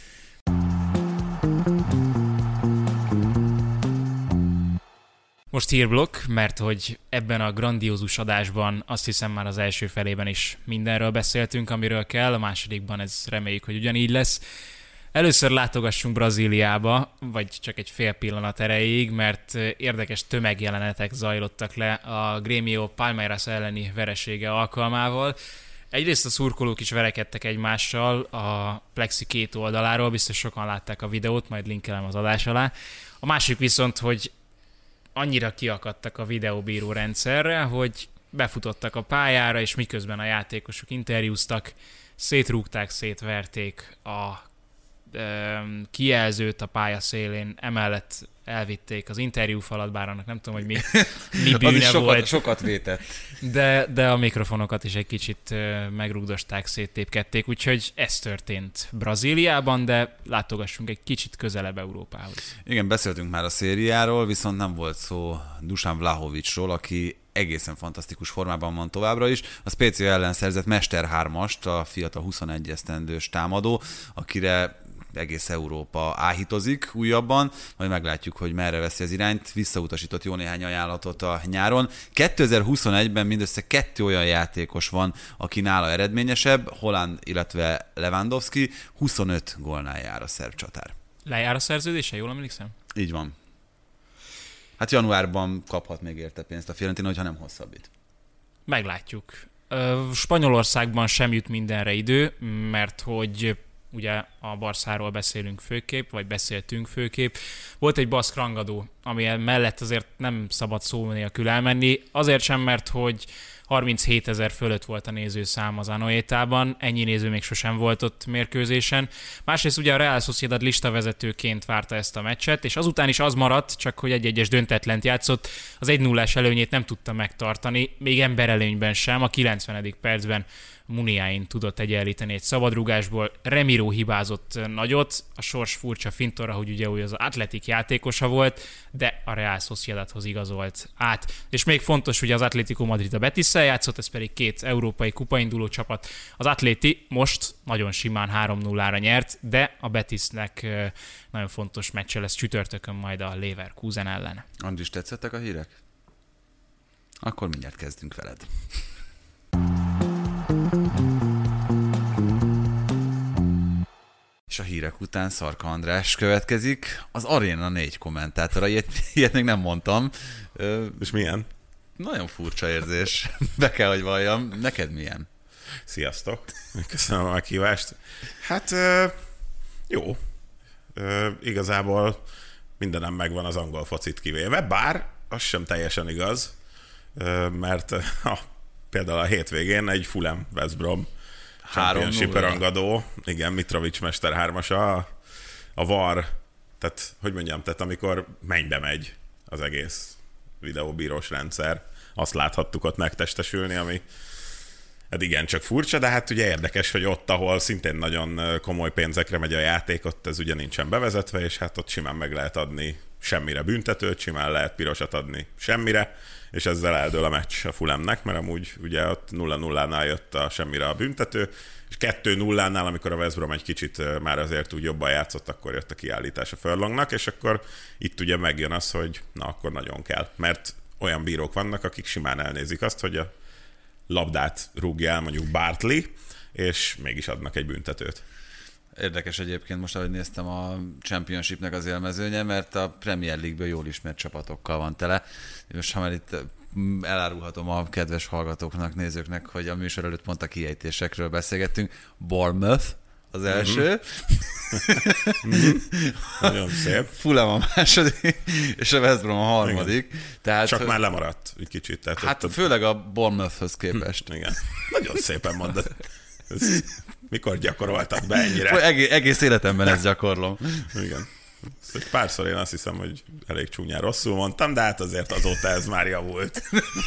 Most hírblokk, mert hogy ebben a grandiózus adásban azt hiszem már az első felében is mindenről beszéltünk, amiről kell, a másodikban ez reméljük, hogy ugyanígy lesz. Először látogassunk Brazíliába, vagy csak egy fél pillanat erejéig, mert érdekes tömegjelenetek zajlottak le a Grêmio Palmeiras elleni veresége alkalmával. Egyrészt a szurkolók is verekedtek egymással a plexi két oldaláról, biztos sokan látták a videót, majd linkelem az adás alá. A másik viszont, hogy annyira kiakadtak a videóbíró rendszerre, hogy befutottak a pályára, és miközben a játékosok interjúztak, szétrúgták, szétverték a kijelzőt a pálya szélén, emellett elvitték az interjúfalat, bár annak nem tudom, hogy mi bűne volt. Sokat vétett. De a mikrofonokat is egy kicsit megrugdosták, széttépkedték, úgyhogy ez történt Brazíliában, de látogassunk egy kicsit közelebb Európához. Igen, beszéltünk már a szériáról, viszont nem volt szó Dusan Vlahovicsról, aki egészen fantasztikus formában van továbbra is. A Spezia ellen szerzett Mester 3-ast, a fiatal 21 esztendős támadó, akire egész Európa áhítozik újabban, majd meglátjuk, hogy merre veszi az irányt. Visszautasított jó néhány ajánlatot a nyáron. 2021-ben mindössze 2 olyan játékos van, aki nála eredményesebb, Haaland, illetve Lewandowski, 25 gólnál jár a szerb csatár. Lejár a szerződése, jól emlékszem? Így van. Hát januárban kaphat még érte pénzt a Fiorentina, hogyha nem hosszabbít. Meglátjuk. Spanyolországban sem jut mindenre idő, mert hogy ugye a Barszáról beszélünk főképp, vagy beszéltünk főképp. Volt egy baszk rangadó, ami mellett azért nem szabad szó nélkül elmenni. Azért sem, mert hogy 37 000 fölött volt a nézőszám az Anoetában, ennyi néző még sosem volt ott mérkőzésen. Másrészt ugye a Real Sociedad listavezetőként várta ezt a meccset, és azután is az maradt, csak hogy egy-egyes döntetlent játszott, az 1-0-ás előnyét nem tudta megtartani, még emberelőnyben sem, a 90. percben Muniain tudott egyenlíteni egy szabadrugásból, Remiro hibázott nagyot, a sors furcsa fintorra, hogy ugye az Athletic játékosa volt, de a Real Sociedadhoz igazolt át. És még fontos, hogy az Atlético Madrid a Betisszel játszott, ez pedig 2 európai kupainduló csapat. Az Atleti most nagyon simán 3-0-ra nyert, de a Betisnek nagyon fontos meccse lesz csütörtökön majd a Leverkusen ellen. Andris, tetszettek a hírek? Akkor mindjárt kezdünk veled. És a hírek után Szarka András következik, az Arena 4 kommentátora, ilyet még nem mondtam. És milyen? Nagyon furcsa érzés, be kell, hogy valljam. Neked milyen? Sziasztok, köszönöm a meghívást. Hát jó, igazából mindenem megvan az angol focit kivéve, bár az sem teljesen igaz, mert például a hétvégén egy Fulham West Brom Championship rangadó, igen, Mitrovic mester 3-asa, a VAR, tehát hogy mondjam, tehát amikor mennybe megy az egész videóbírós rendszer, azt láthattuk ott megtestesülni, ami igen, csak furcsa, de hát ugye érdekes, hogy ott, ahol szintén nagyon komoly pénzekre megy a játék, ott ez ugye nincsen bevezetve, és hát ott simán meg lehet adni semmire büntetőt, simán lehet pirosat adni semmire, és ezzel eldől a meccs a Fulhamnek, mert amúgy ugye ott 0-0-nál jött a semmire a büntető, és 2-0-nál, amikor a West Brom egy kicsit már azért úgy jobban játszott, akkor jött a kiállítás a Furlongnak, és akkor itt ugye megjön az, hogy na akkor nagyon kell, mert olyan bírók vannak, akik simán elnézik azt, hogy a labdát rúgja el mondjuk Bartley, és mégis adnak egy büntetőt. Érdekes egyébként most, ahogy néztem a Championshipnek az élmezőnye, mert a Premier League-ből jól ismert csapatokkal van tele. Most ha már itt elárulhatom a kedves hallgatóknak, nézőknek, hogy a műsor előtt pont a kiejtésekről beszélgettünk. Bournemouth az első. Nagyon szép. Fulham a második, és a West Brom a harmadik. Tehát, csak már lemaradt egy kicsit. Tehát hát főleg a Bournemouthhoz képest. Igen. Nagyon szépen mondod. Mikor gyakoroltad be ennyire? Egész életemben ezt gyakorlom. Igen. Párszor én azt hiszem, hogy elég csúnyán rosszul mondtam, de hát azért azóta ez már javult.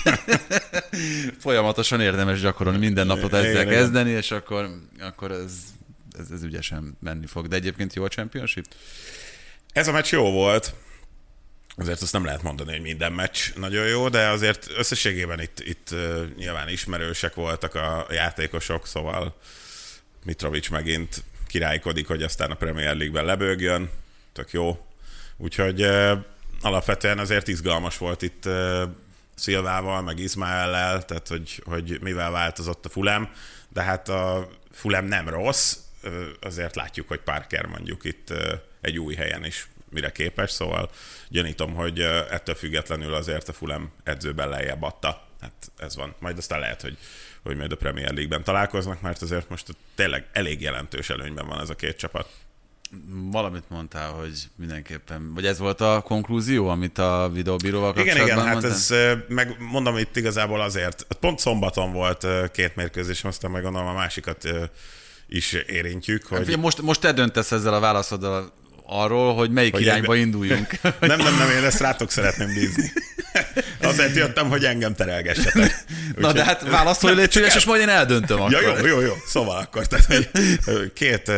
Folyamatosan érdemes gyakorolni, minden napot ezzel kezdeni, és akkor ez ügyesen menni fog. De egyébként jó a Championship? Ez a meccs jó volt. Azért azt nem lehet mondani, hogy minden meccs nagyon jó, de azért összességében itt nyilván ismerősek voltak a játékosok, szóval Mitrovic megint királykodik, hogy aztán a Premier League-ben lebőgjön, tök jó. Úgyhogy alapvetően azért izgalmas volt itt Silvával, meg Ismaellel, tehát hogy mivel változott a Fulham, de hát a Fulham nem rossz, azért látjuk, hogy Parker mondjuk itt egy új helyen is mire képes, szóval gyanítom, hogy ettől függetlenül azért a Fulham edzőben lejjebb adta. Hát ez van. Majd aztán lehet, hogy majd a Premier League-ben találkoznak, mert azért most tényleg elég jelentős előnyben van ez a két csapat. Valamit mondtál, hogy mindenképpen, vagy ez volt a konklúzió, amit a videóbíróval kapcsolatban igen, mondtál? Hát ez, meg mondom itt igazából azért, pont szombaton volt két mérkőzés, aztán meg gondolom a másikat is érintjük. Hogy... Most te döntesz ezzel a válaszoddal arról, hogy melyik irányba induljunk. Nem, én ezt rátok szeretném bízni. Azért jöttem, hogy engem terelgessetek. Na de hát válaszolj, légy szíves, és majd én eldöntöm akkor. Ja, jó. Szóval akkor, tehát, hogy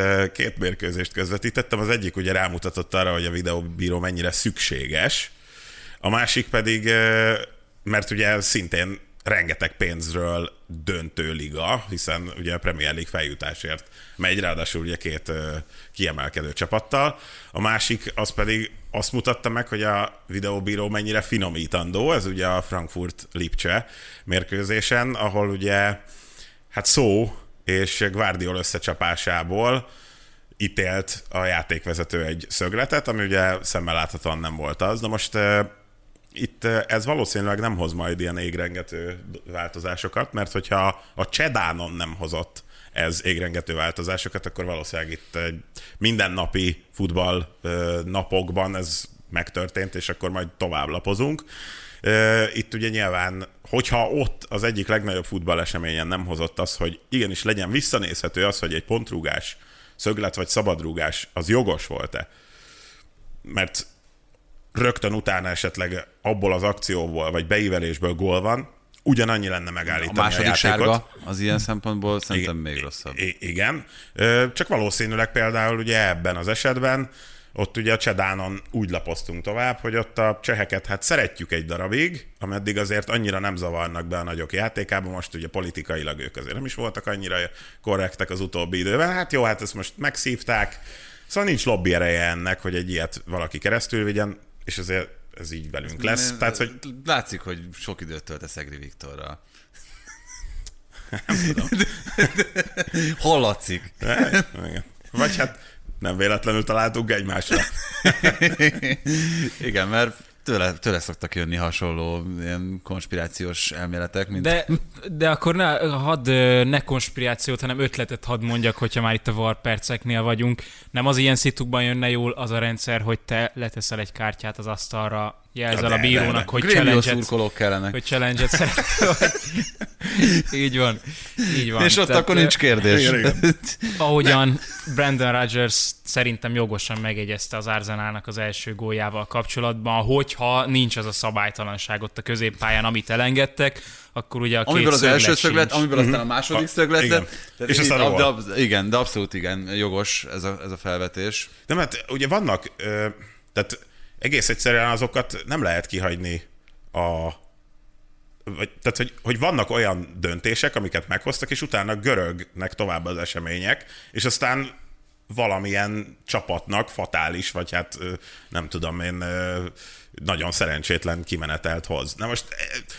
két mérkőzést közvetítettem. Az egyik ugye rámutatott arra, hogy a videóbíró mennyire szükséges. A másik pedig, mert ugye szintén rengeteg pénzről döntő liga, hiszen ugye a Premier League feljutásért megy, ráadásul ugye két kiemelkedő csapattal. A másik az pedig azt mutatta meg, hogy a videóbíró mennyire finomítandó, ez ugye a Frankfurt-Lipcse mérkőzésen, ahol ugye hát Szó és Guardiol összecsapásából ítélt a játékvezető egy szögletet, ami ugye szemmel láthatóan nem volt az. Na most itt ez valószínűleg nem hoz majd ilyen égrengető változásokat, mert hogyha a Csedánon nem hozott ez égrengető változásokat, akkor valószínűleg itt mindennapi futball napokban ez megtörtént, és akkor majd tovább lapozunk. Itt ugye nyilván, hogyha ott az egyik legnagyobb futballeseményen nem hozott az, hogy igenis legyen visszanézhető az, hogy egy pontrúgás, szöglet vagy szabadrúgás, az jogos volt-e. Mert rögtön utána esetleg abból az akcióból, vagy beívelésből gól van, ugyanannyi lenne megállítani a második játékot. Sárga az ilyen szempontból szerintem még rosszabb. Igen. Csak valószínűleg például ugye ebben az esetben ott ugye a Csedánon úgy lapoztunk tovább, hogy ott a cseheket hát szeretjük egy darabig, ameddig azért annyira nem zavarnak be a nagyok játékába, most ugye politikailag ők azért nem is voltak annyira korrektek az utóbbi időben. Hát jó, hát ezt most megszívták, szóval nincs lobby ereje ennek, hogy egy ilyet valaki keresztül vigyen, és azért ez így velünk lesz. Tehát, hogy... Látszik, hogy sok időt töltesz Egri Viktorral. Nem tudom. Hallatszik. Vagy hát nem véletlenül találtunk egymásra. Igen, mert tőle szoktak jönni hasonló ilyen konspirációs elméletek, mint... De akkor ne konspirációt, hanem ötletet hadd mondjak, hogyha már itt a VAR perceknél vagyunk. Nem az ilyen szitukban jönne jól az a rendszer, hogy te leteszel egy kártyát az asztalra, jelzel a bírónak, hogy challenge-et szeretnél. Így van. És ott tehát, akkor nincs kérdés. Ahogyan Brendan Rodgers szerintem jogosan megjegyezte az Arsenalnak az első góljával kapcsolatban, hogyha nincs az a szabálytalanság ott a középpályán, amit elengedtek, akkor ugye a két amiből az szöglet első szöglet, amiből aztán a második szöglet lett. És aztán igen, de abszolút igen, jogos ez a felvetés. De mert ugye vannak, tehát egész egyszerűen azokat nem lehet kihagyni tehát, hogy vannak olyan döntések, amiket meghoztak, és utána görögnek tovább az események, és aztán valamilyen csapatnak fatális, vagy hát nem tudom én, nagyon szerencsétlen kimenetelt hoz. Na most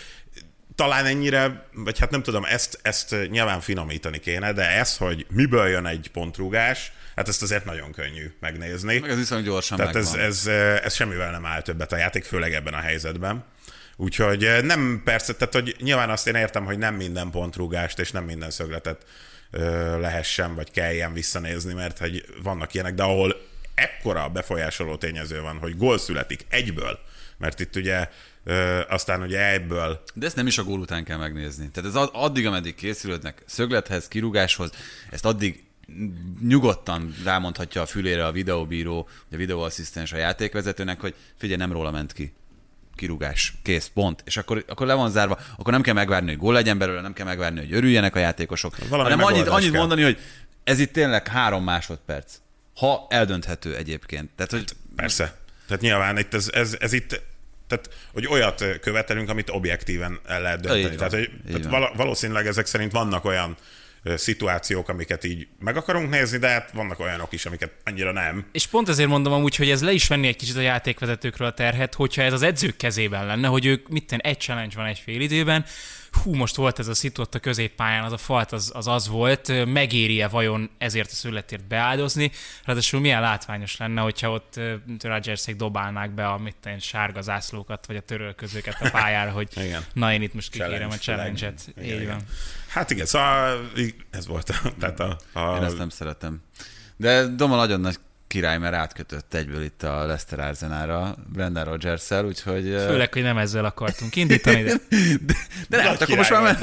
talán ennyire, vagy hát nem tudom, ezt nyilván finomítani kéne, de ez, hogy miből jön egy pontrúgás, hát ezt azért nagyon könnyű megnézni. Meg ez viszont gyorsan tehát megvan. Ez semmivel nem áll többet a játék, főleg ebben a helyzetben. Úgyhogy nem persze, tehát hogy nyilván azt én értem, hogy nem minden pontrúgást és nem minden szögletet lehessen, vagy kelljen visszanézni, mert hogy vannak ilyenek, de ahol ekkora befolyásoló tényező van, hogy gól születik egyből, mert itt ugye aztán ugye egyből... De ezt nem is a gól után kell megnézni. Tehát ez addig, ameddig készülődnek szöglethez, kirúgáshoz, ezt addig nyugodtan rámondhatja a fülére a videóbíró, a videóasszisztens a játékvezetőnek, hogy figyelj, nem róla ment ki. Kirúgás, kész, pont. És akkor le van zárva, akkor nem kell megvárni, hogy gól legyen belőle, nem kell megvárni, hogy örüljenek a játékosok, hanem annyit mondani, hogy ez itt tényleg 3 másodperc. Ha eldönthető egyébként. Tehát, hogy... Persze. Tehát nyilván itt ez itt, tehát, hogy olyat követelünk, amit objektíven el lehet dönteni. Tehát valószínűleg ezek szerint vannak olyan szituációk, amiket így meg akarunk nézni, de hát vannak olyanok is, amiket annyira nem. És pont ezért mondom amúgy, hogy ez le is venni egy kicsit a játékvezetőkről a terhet, hogyha ez az edzők kezében lenne, hogy ők egy challenge van egy fél időben, most volt ez a szitu ott a középpályán, az a falt az volt, megéri-e vajon ezért a szögletért beáldozni, ráadásul milyen látványos lenne, hogyha ott Rodgersék dobálnák be a sárga zászlókat, vagy a törölközőket a pályára, hogy na én itt most kikérem a challenge-et. Így van. Hát igen, szóval ez volt. Én ezt nem szeretem. De Doma nagyon nagy király, mert átkötött egyből itt a Leicester Arsenalra Brendan Rodgers-szel, úgyhogy... Főleg, hogy nem ezzel akartunk indítani, de hát akkor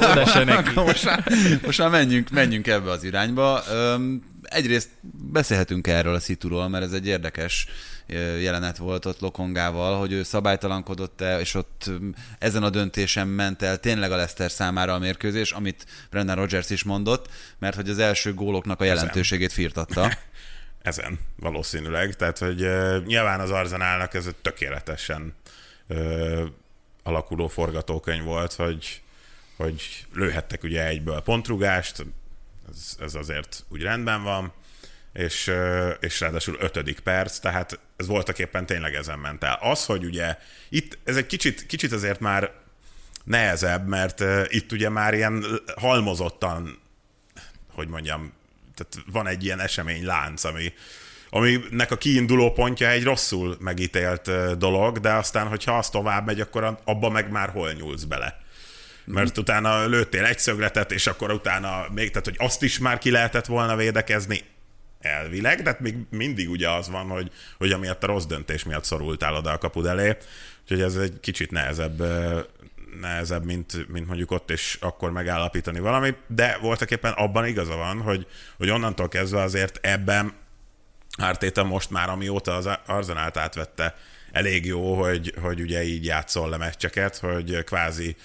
most már menjünk ebbe az irányba. Egyrészt beszélhetünk erről a szituról, mert ez egy érdekes jelenet volt ott Lokongával, hogy ő szabálytalankodott-e, és ott ezen a döntésen ment el tényleg a Leicester számára a mérkőzés, amit Brendan Rodgers is mondott, mert hogy az első góloknak a jelentőségét firtatta. Ezen valószínűleg, tehát hogy nyilván az Arsenalnak ez tökéletesen alakuló forgatókönyv volt, hogy lőhettek ugye egyből pontrúgást, ez azért úgy rendben van, és ráadásul 5. perc, tehát ez voltaképpen tényleg ezen ment el. Az, hogy ugye itt ez egy kicsit azért már nehezebb, mert itt ugye már ilyen halmozottan, hogy mondjam, tehát van egy ilyen eseménylánc, aminek a kiinduló pontja egy rosszul megítélt dolog, de aztán, hogyha az tovább megy, akkor abba meg már hol nyúlsz bele. Mert utána lőttél egy szögletet, és akkor utána még, tehát hogy azt is már ki lehetett volna védekezni elvileg, de még mindig ugye az van, hogy amiatt a rossz döntés miatt szorultál oda a kapud elé, úgyhogy ez egy kicsit nehezebb, mint mondjuk ott és akkor megállapítani valamit, de voltaképpen abban igaza van, hogy onnantól kezdve azért ebben Arteta most már, amióta az Arsenalt átvette, elég jó, hogy ugye így játszol le meccseket, hogy kvázi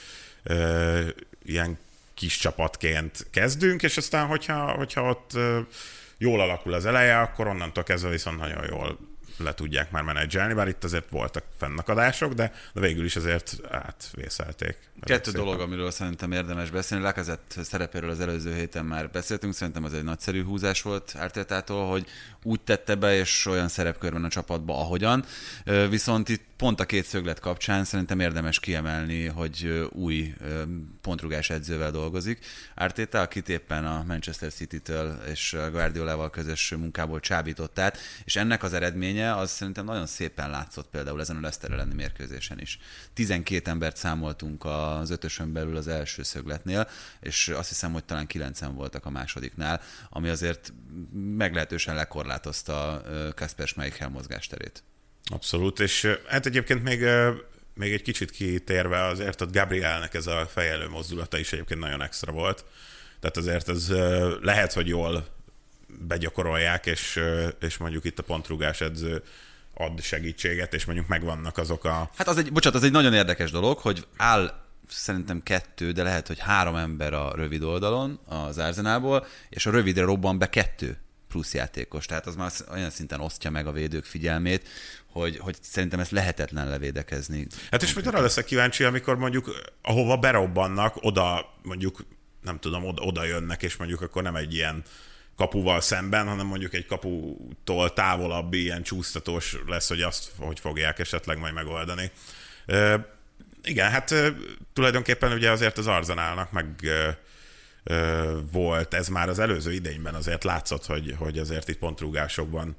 ilyen kis csapatként kezdünk, és aztán, hogyha ott jól alakul az eleje, akkor onnantól kezdve viszont nagyon jól le tudják már menedzselni, bár itt azért voltak fennakadások, de végül is azért átvészelték. Kettő dolog, amiről szerintem érdemes beszélni. Lacazette szerepéről az előző héten már beszéltünk, szerintem az egy nagyszerű húzás volt Artetától, hogy úgy tette be, és olyan szerepkörben a csapatba, ahogyan. Viszont itt pont a két szöglet kapcsán szerintem érdemes kiemelni, hogy új pontrugás edzővel dolgozik. Arteta, akit éppen a Manchester City-től és Guardiolával közös munkából csábított át, és ennek az eredménye az szerintem nagyon szépen látszott például ezen a Leicester elleni mérkőzésen is. 12 embert számoltunk az ötösön belül az első szögletnél, és azt hiszem, hogy talán 9-en voltak a másodiknál, ami azért meglehetősen lekorlátozta Kasper Schmeichel mozgásterét. Abszolút, és hát egyébként még egy kicsit kitérve azért, ott Gabrielnek ez a fejelő mozdulata is egyébként nagyon extra volt. Tehát azért ez lehet, hogy jól begyakorolják, és mondjuk itt a pontrugás edző ad segítséget, és mondjuk megvannak azok a... Hát az egy nagyon érdekes dolog, hogy áll szerintem 2, de lehet, hogy 3 ember a rövid oldalon az Arsenalból, és a rövidre robban be 2 plusz játékos. Tehát az már olyan szinten osztja meg a védők figyelmét, hogy szerintem ezt lehetetlen levédekezni. Hát és majd arra leszek kíváncsi, amikor mondjuk ahova berobbannak, oda mondjuk, nem tudom, oda jönnek, és mondjuk akkor nem egy ilyen kapuval szemben, hanem mondjuk egy kaputól távolabbi ilyen csúsztatós lesz, hogy azt hogy fogják esetleg majd megoldani. Igen, hát tulajdonképpen ugye azért az Arsenalnak meg volt, ez már az előző idényben azért látszott, hogy azért itt pontrúgásokban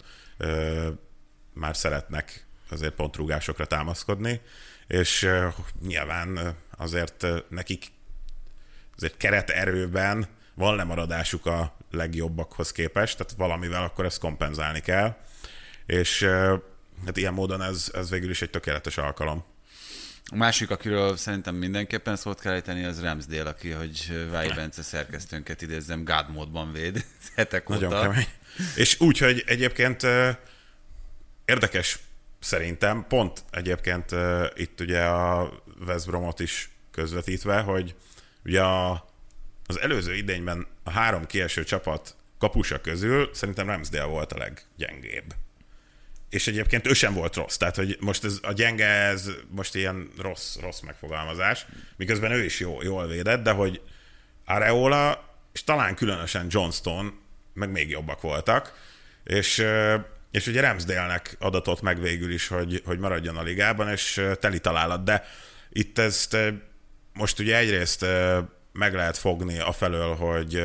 már szeretnek azért pontrúgásokra támaszkodni, és nyilván azért nekik azért kereterőben van lemaradásuk a legjobbakhoz képest, tehát valamivel akkor ezt kompenzálni kell, és hát ilyen módon ez végül is egy tökéletes alkalom. A másik, akiről szerintem mindenképpen szót kell ejteni, az Ramsdale, aki, hogy Váj Bence szerkesztőnket idézzem, God módban véd hetek óta. Nagyon kemény. És úgy, hogy egyébként érdekes szerintem, pont egyébként itt ugye a West Bromot is közvetítve, hogy ugye az előző idényben a 3 kieső csapat kapusa közül szerintem Ramsdale volt a leggyengébb. És egyébként ő sem volt rossz, tehát hogy most ez a gyenge, ez most ilyen rossz megfogalmazás, miközben ő is jól védett, de hogy Areola, és talán különösen Johnston meg még jobbak voltak, és ugye Ramsdale-nek adatott meg végül is, hogy maradjon a ligában, és teli találat, de itt ezt most ugye egyrészt meg lehet fogni afelől,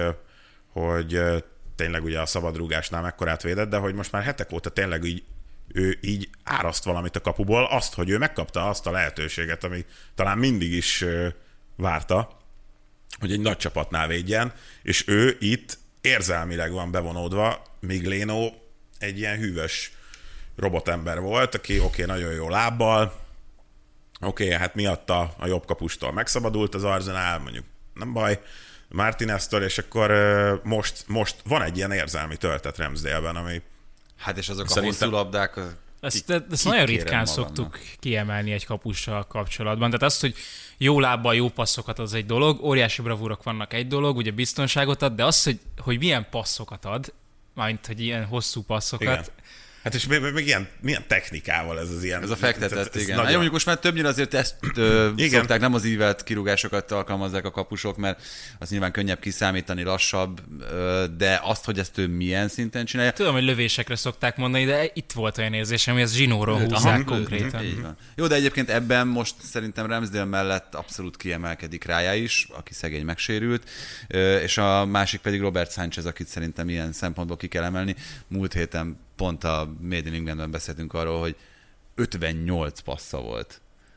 hogy tényleg ugye a szabadrúgásnál mekkorát védett, de hogy most már hetek óta tényleg ő így áraszt valamit a kapuból, azt, hogy ő megkapta azt a lehetőséget, ami talán mindig is várta, hogy egy nagy csapatnál védjen, és ő itt érzelmileg van bevonódva, míg Leno egy ilyen hűvös robotember volt, aki nagyon jó lábbal, hát miatta a jobb kapustól megszabadult az Arsenal, mondjuk nem baj, Martineztől, és akkor most van egy ilyen érzelmi töltet Ramsdale-ben, ami hát és azok szerintem... a hosszú labdák... Ezt nagyon ritkán szoktuk kiemelni egy kapussal kapcsolatban. Tehát azt, hogy jó lábbal jó passzokat az egy dolog, óriási bravúrok vannak egy dolog, ugye biztonságot ad, de az, hogy milyen passzokat ad, mármint, hogy ilyen hosszú passzokat... Igen. Hát és még milyen technikával ez az ilyen... Ez a fektetett, igen. Nagyon... mondjuk most már többnyire azért ezt szokták, nem az ívelt kirúgásokat alkalmazzák a kapusok, mert az nyilván könnyebb kiszámítani, lassabb, de azt, hogy ezt ő milyen szinten csinálja... Tudom, hogy lövésekre szokták mondani, de itt volt olyan érzésem, hogy ezt zsinóról húzzák konkrétan. Így van. Jó, de egyébként ebben most szerintem Ramsdale mellett abszolút kiemelkedik Raya is, aki szegény megsérült, és a másik pedig Robert Sánchez, akit szerintem ilyen szempontból ki kell emelni. Múlt héten pont a Made in Englandben beszéltünk arról, hogy 58 passza volt.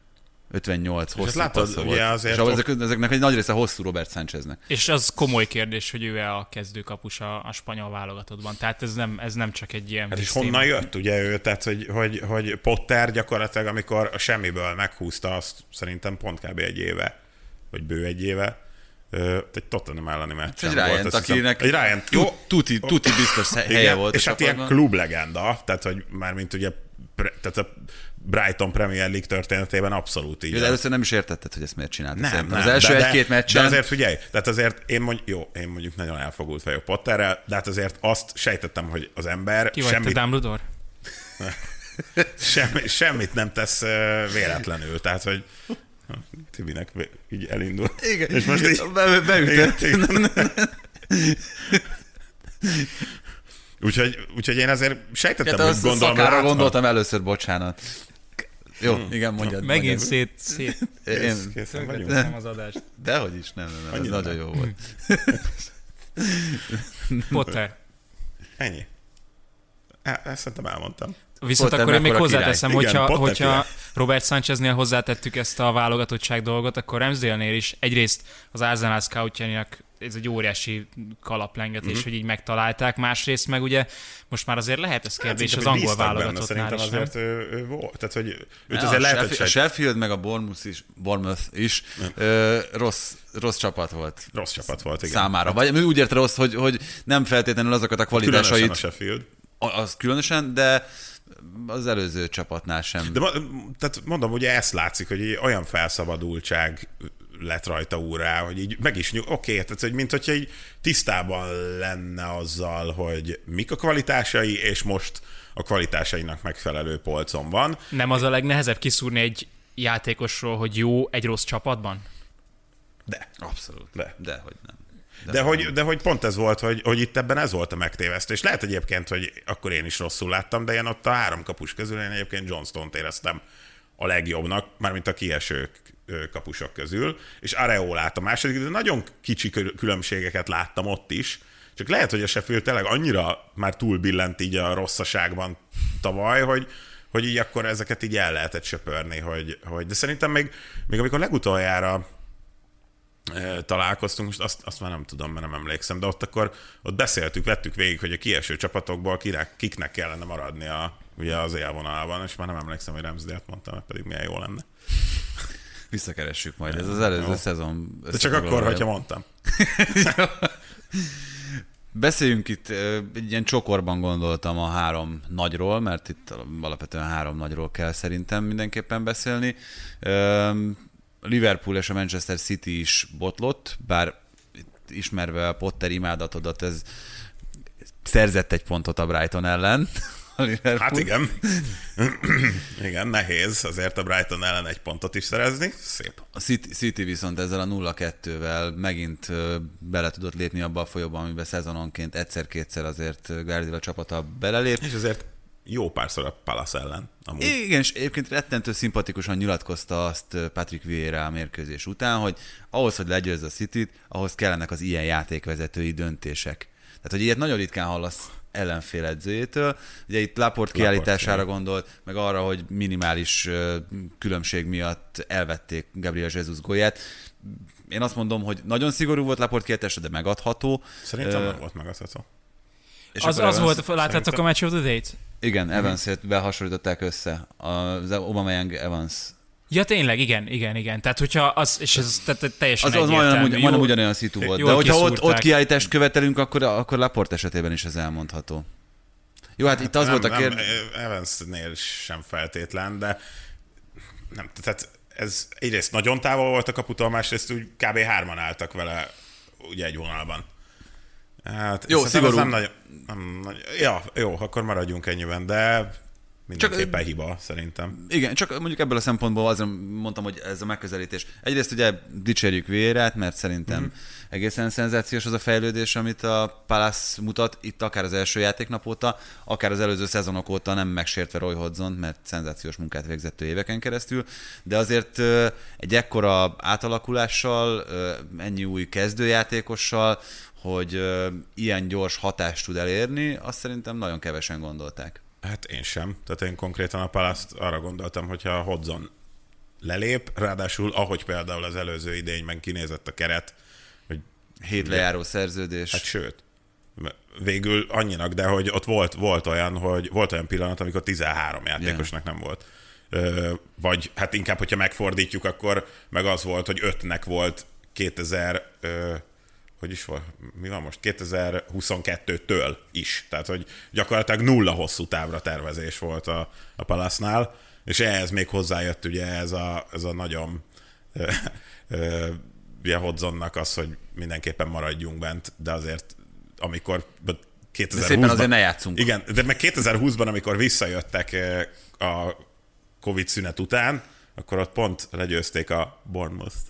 58 hosszú látod, passza ugye volt. És ezeknek egy nagy része hosszú Robert Sáncheznek. És az komoly kérdés, hogy ő a kezdőkapus a spanyol válogatottban. Tehát ez nem csak egy ilyen... Hát és honnan jött ugye ő? Tehát, hogy Potter gyakorlatilag, amikor a semmiből meghúzta azt szerintem pont kb. Egy éve, vagy bő egy éve, egy Tottenham elleni meccsen volt. Ryant, akinek egy Ryant, tuti biztos helye volt. És hát ilyen klublegenda, tehát hogy mármint ugye tehát a Brighton Premier League történetében abszolút így. De először nem is értetted, hogy ezt miért csináltad. Nem, az első egy-két meccsen... De azért figyelj, tehát azért én mondjuk nagyon elfogult vagyok Potterrel, de hát azért azt sejtettem, hogy az ember Ki vagy te, Dumbledore? Semmit nem tesz véletlenül, tehát hogy Tibinek így elindul. Igen, és most így beütött. Úgyhogy én azért sejtettem, hogy gondolom... Szakára gondoltam először, bocsánat. Jó, igen, mondjad. Megint szét. Készen vagyunk. Nem az adást. Dehogy is, nem, ez nagyon jó volt. Potter. Ennyi. Ezt szerintem elmondtam. Viszont Potter akkor én még hozzáteszem, király. hogyha Robert Sáncheznél hozzátettük ezt a válogatottság dolgot, akkor Ramsdale-nél is egyrészt az Arsenal scoutjának ez egy óriási kalaplengetés, hogy így megtalálták, másrészt meg ugye most már azért lehet ez kérdés az angol válogatottnál is, azért ő volt, tehát hogy őt azért lehetett a Sheffield meg a Bournemouth is rossz csapat volt. Rossz csapat volt, igen. Számára. Vagy úgy érte rossz, hogy nem feltétlenül azokat a kvalitásait. Különösen a Sheffield. Az különösen, de az előző csapatnál sem. De tehát mondom, ugye ezt látszik, hogy olyan felszabadultság lett rajta úrrá, hogy így meg is tehát hogy mint hogyha így tisztában lenne azzal, hogy mik a kvalitásai, és most a kvalitásainak megfelelő polcon van. Nem az a legnehezebb kiszúrni egy játékosról, hogy jó egy rossz csapatban? De. Abszolút. De hogy nem. De hogy pont ez volt, hogy itt ebben ez volt a megtévesztés. Lehet egyébként, hogy akkor én is rosszul láttam, de én ott a 3 kapus közül én egyébként Johnstone-t éreztem a legjobbnak, mármint a kieső kapusok közül, és Areolát a második, de nagyon kicsi különbségeket láttam ott is, csak lehet, hogy a Sheffield tényleg annyira már túlbillent így a rosszaságban tavaly, hogy így akkor ezeket így el lehetett söpörni, hogy de szerintem még amikor legutoljára találkoztunk, most azt már nem tudom, mert nem emlékszem, de ott beszéltük, vettük végig, hogy a kieső csapatokból kiknek kellene maradni ugye az élvonalban, és már nem emlékszem, hogy Ramsdale-t mondtam, pedig milyen jó lenne. Visszakeressük majd, ez az előző szezon. De csak akkor, hogyha mondtam. Beszéljünk itt, egy ilyen csokorban gondoltam a 3 nagyról, mert itt alapvetően 3 nagyról kell szerintem mindenképpen beszélni. Liverpool és a Manchester City is botlott, bár ismerve a Potter imádatodat, ez szerzett egy pontot a Brighton ellen. Hát igen. Igen, nehéz azért a Brighton ellen egy pontot is szerezni. Szép. A City viszont ezzel a 0-2-vel megint bele tudott lépni abba a folyóba, amiben szezononként egyszer-kétszer azért Guardiola csapata belelép. És azért jó párszor a Palace ellen. Amúgy. Igen, és egyébként rettentő szimpatikusan nyilatkozta azt Patrick Vieira a mérkőzés után, hogy ahhoz, hogy legyőzz a Cityt, ahhoz kellenek az ilyen játékvezetői döntések. Tehát, hogy ilyet nagyon ritkán hallasz ellenfél edzőjétől. Ugye itt Laporte kiállítására gondolt, meg arra, hogy minimális különbség miatt elvették Gabriel Jesus gólját. Én azt mondom, hogy nagyon szigorú volt Laporte kiállítása, de megadható. Szerintem nem volt megadható. És az volt, láttátok a Match of the Date? Igen, Evans-ét behasonlították össze. Az Aubameyang Evans. Ja, tényleg, igen. Tehát, hogyha az, és ez teljesen az majdnem ugyanolyan szitu volt. De hogyha ott kiállítást követelünk, akkor Laporte esetében is ez elmondható. Jó, hát itt az volt a kérdés. Evansnél sem feltétlen, de nem, tehát ez egyrészt nagyon távol volt a kaputól, másrészt úgy kb. 3-an álltak vele ugye egy vonalban. Hát, jó, szigorú. Ja, jó, akkor maradjunk ennyiben, de mindenképpen hiba, szerintem. Igen, csak mondjuk ebből a szempontból azért mondtam, hogy ez a megközelítés. Egyrészt ugye dicsérjük Vieirát, mert szerintem egészen szenzációs az a fejlődés, amit a Palace mutat, itt akár az első játéknap óta, akár az előző szezonok óta, nem megsértve Roy Hodgson, mert szenzációs munkát végzett éveken keresztül, de azért egy ekkora átalakulással, ennyi új kezdőjátékossal, hogy ilyen gyors hatást tud elérni, azt szerintem nagyon kevesen gondolták. Hát én sem. Tehát én konkrétan a Palace-t arra gondoltam, hogyha Hodgson lelép, ráadásul ahogy például az előző idényben kinézett a keret, hogy 7 lejáró szerződés. Hát sőt, végül annyinak, de hogy ott volt olyan pillanat, amikor 13 játékosnak nem volt. Vagy hát inkább, hogyha megfordítjuk, akkor meg az volt, hogy 5-nek volt 2022-től is. Tehát, hogy gyakorlatilag 0 hosszú távra tervezés volt a Palace-nál, és ehhez még hozzájött ugye ez a nagyon Hodgsonnak az, hogy mindenképpen maradjunk bent, de azért amikor 2020-ban... De szépen azért ne játszunk. Igen, de meg 2020-ban, amikor visszajöttek a Covid szünet után, akkor ott pont legyőzték a Bournemouth-t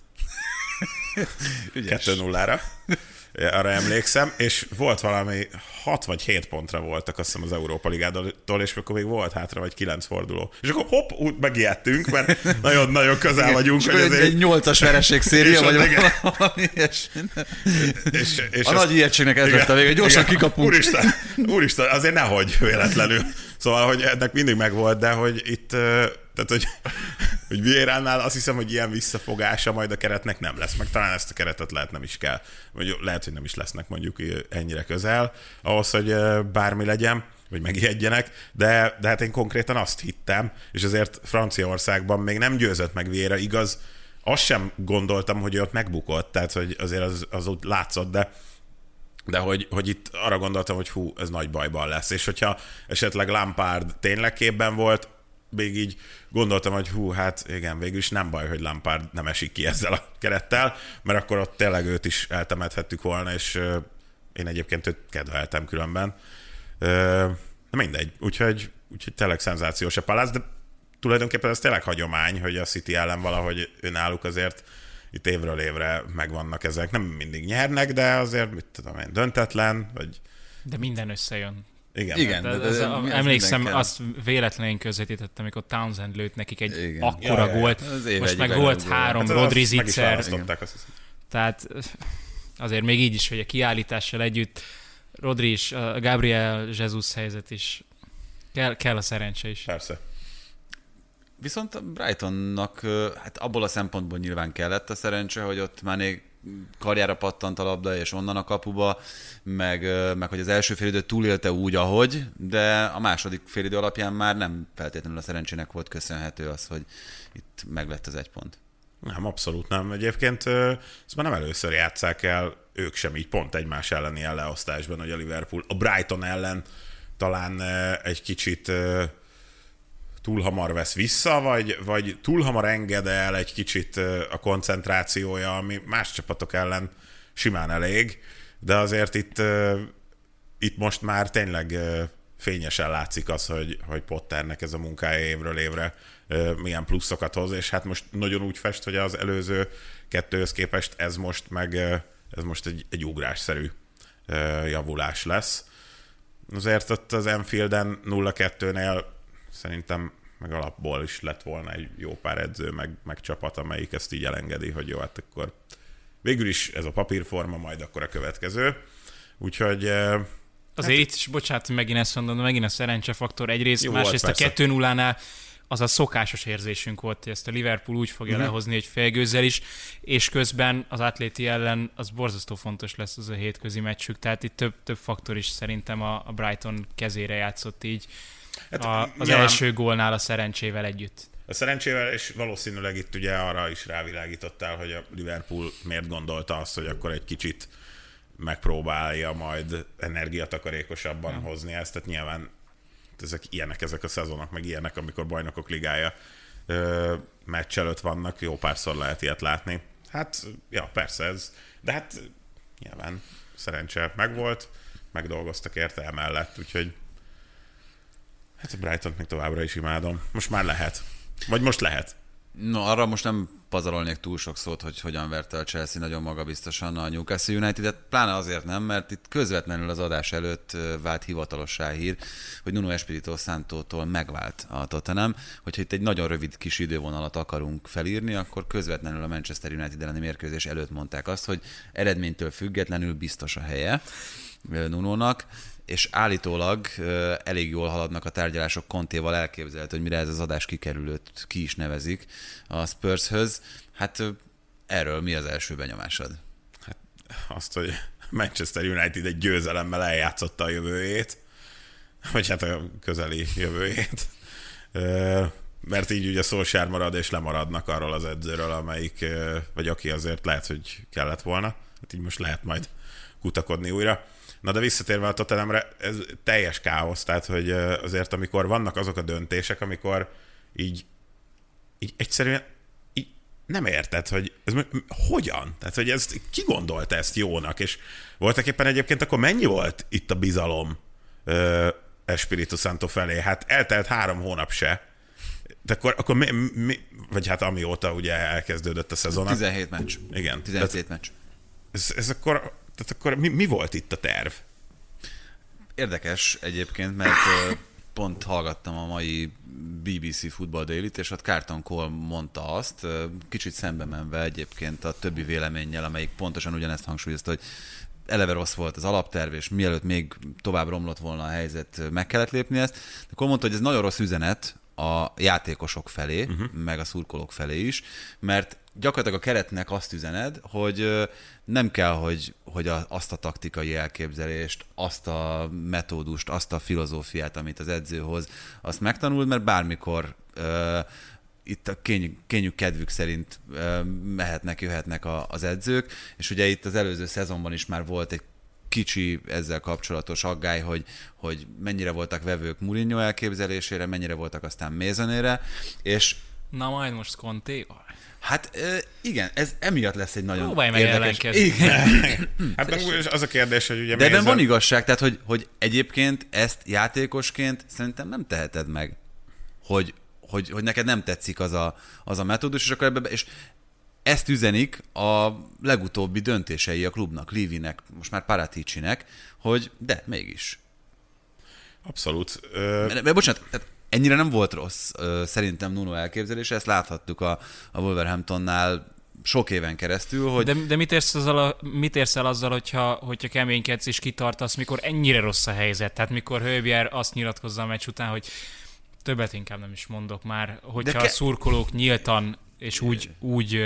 2-0-ra. Arra emlékszem, és volt valami 6 vagy 7 pontra voltak, azt hiszem, az Európa Ligától, és akkor még volt hátra vagy 9 forduló. És akkor hopp, úgy megijedtünk, mert nagyon-nagyon közel vagyunk. Hogy egy 8-as vereség széria, vagy valami ilyesmi. És a nagy ijegységnek ez lett a vége, gyorsan kikapunk. Úristen, azért nehogy véletlenül. Szóval, hogy ennek mindig megvolt, de hogy itt, tehát, hogy Vieiránál azt hiszem, hogy ilyen visszafogása majd a keretnek nem lesz, meg talán ezt a keretet lehet nem is kell, vagy lehet, hogy nem is lesznek mondjuk ennyire közel, ahhoz, hogy bármi legyen, vagy megijedjenek, de hát én konkrétan azt hittem, és azért Franciaországban még nem győzött meg Vieira, igaz, azt sem gondoltam, hogy ott megbukott, tehát hogy azért az úgy látszott, de hogy itt arra gondoltam, hogy hú, ez nagy bajban lesz. És hogyha esetleg Lampard tényleg képben volt, még így gondoltam, hogy hú, hát igen, végül is nem baj, hogy Lampard nem esik ki ezzel a kerettel, mert akkor ott tényleg őt is eltemethettük volna, és én egyébként őt kedveltem különben. Mindegy, úgyhogy tényleg szenzációs a Palace, de tulajdonképpen ez tényleg hagyomány, hogy a City ellen valahogy náluk azért itt évről évre megvannak ezek. Nem mindig nyernek, de azért, mit tudom én, döntetlen, vagy... De minden összejön. Igen. Emlékszem, azt véletlenül közvetítettem, amikor Townsend lőtt nekik egy akkora gólt. Most meg volt 3 Rodri zicser. Tehát azért még így is, hogy a kiállítással együtt Rodri is, a Gabriel Jesus helyzet is. Kell a szerencse is. Persze. Viszont a Brightonnak hát abból a szempontból nyilván kellett a szerencse, hogy ott Mané karjára pattant a labda, és onnan a kapuba, meg hogy az első félidőt túlélte úgy, ahogy, de a második félidő alapján már nem feltétlenül a szerencsének volt köszönhető az, hogy itt meglett az 1 pont. Nem, abszolút nem. Egyébként ezt már nem először játsszák el ők sem így pont egymás elleni ilyen leosztásban, hogy a Liverpool a Brighton ellen talán egy kicsit túl hamar vesz vissza, vagy túl hamar enged el egy kicsit a koncentrációja, ami más csapatok ellen simán elég, de azért itt most már tényleg fényesen látszik az, hogy Potternek ez a munkája évről évre milyen pluszokat hoz, és hát most nagyon úgy fest, hogy az előző 2-höz képest ez most egy ugrásszerű javulás lesz. Azért ott az Anfielden 0-2-nél szerintem meg alapból is lett volna egy jó pár edző, meg csapat, amelyik ezt így elengedi, hogy jó, hát akkor végül is ez a papírforma, majd akkor a következő. Úgyhogy... Azért itt is, bocsánat, hogy megint ezt mondom, megint a szerencsefaktor egyrészt, jó, másrészt a 2-0-nál az a szokásos érzésünk volt, hogy ezt a Liverpool úgy fogja lehozni, hogy félgőzzel is, és közben az Atléti ellen az borzasztó fontos lesz az a hétközi meccsük, tehát itt több faktor is szerintem a Brighton kezére játszott így. Hát, az első gólnál a szerencsével együtt. A szerencsével, és valószínűleg itt ugye arra is rávilágítottál, hogy a Liverpool miért gondolta azt, hogy akkor egy kicsit megpróbálja majd energiatakarékosabban hozni ezt. Tehát nyilván ezek a szezonok, meg ilyenek, amikor Bajnokok Ligája meccs előtt vannak, jó párszor lehet ilyet látni. Hát, ja, persze ez, de hát nyilván szerencse megvolt, megdolgoztak érte emellett, úgyhogy hát a Brightont még továbbra is imádom. Most már lehet. Vagy most lehet. No, arra most nem pazarolnék túl sok szót, hogy hogyan verte a Chelsea nagyon magabiztosan a Newcastle United-et, pláne azért nem, mert itt közvetlenül az adás előtt vált hivatalossá hír, hogy Nuno Espirito Santótól megvált a Tottenham, hogyha itt egy nagyon rövid kis idővonalat akarunk felírni, akkor közvetlenül a Manchester United elleni mérkőzés előtt mondták azt, hogy eredménytől függetlenül biztos a helye Nunónak, és állítólag elég jól haladnak a tárgyalások Contéval, elképzelhető, hogy mire ez az adás kikerülőt ki is nevezik a Spurshöz. Hát erről mi az első benyomásod? Hát azt, hogy Manchester United egy győzelemmel eljátszotta a jövőjét, vagy hát a közeli jövőjét. Mert így ugye Solskjaer marad, és lemaradnak arról az edzőről, amelyik, vagy aki azért lehet, hogy kellett volna. Hát így most lehet majd kutakodni újra. Na de visszatérve a Tottenhamre, ez teljes káosz, tehát hogy azért amikor vannak azok a döntések, amikor így egyszerűen így nem érted, hogy ez hogyan? Tehát, hogy ez, ki gondolta ezt jónak, és voltak éppen egyébként akkor mennyi volt itt a bizalom Espírito Santo felé? Hát eltelt 3 hónap se. De akkor mi, vagy hát amióta ugye elkezdődött a szezon. 17 meccs. Igen. 17 meccs. Ez akkor mi volt itt a terv? Érdekes egyébként, mert pont hallgattam a mai BBC Football Daily-t, és ott Carlton Cole mondta azt, kicsit szembe menve egyébként a többi véleménnyel, amelyik pontosan ugyanezt hangsúlyozta, hogy eleve rossz volt az alapterv, és mielőtt még tovább romlott volna a helyzet, meg kellett lépni ezt. De akkor mondta, hogy ez nagyon rossz üzenet a játékosok felé, meg a szurkolók felé is, mert gyakorlatilag a keretnek azt üzened, hogy nem kell, hogy azt a taktikai elképzelést, azt a metódust, azt a filozófiát, amit az edző hoz, azt megtanuld, mert bármikor itt a kényük kedvük szerint jöhetnek az edzők, és ugye itt az előző szezonban is már volt egy kicsi ezzel kapcsolatos aggály, hogy mennyire voltak vevők Mourinho elképzelésére, mennyire voltak aztán Maisonére, és... Na majd most Contéval? Hát igen, ez emiatt lesz egy nagyon próbálj meg érdekes... Hát az a kérdés, hogy ugye... De ebben van igazság, tehát hogy egyébként ezt játékosként szerintem nem teheted meg, hogy neked nem tetszik az a metódus, és akkor és ezt üzenik a legutóbbi döntései a klubnak, Levynek, most már Paraticinek, hogy de mégis. Abszolút. Mert bocsánat, tehát ennyire nem volt rossz szerintem Nuno elképzelése, ezt láthattuk a Wolverhamptonnál sok éven keresztül, hogy... De mit érsz el azzal, hogyha keménykedsz és kitartasz, mikor ennyire rossz a helyzet? Tehát mikor Højbjerg azt nyilatkozza a meccs után, hogy többet inkább nem is mondok már, hogyha a szurkolók nyíltan és úgy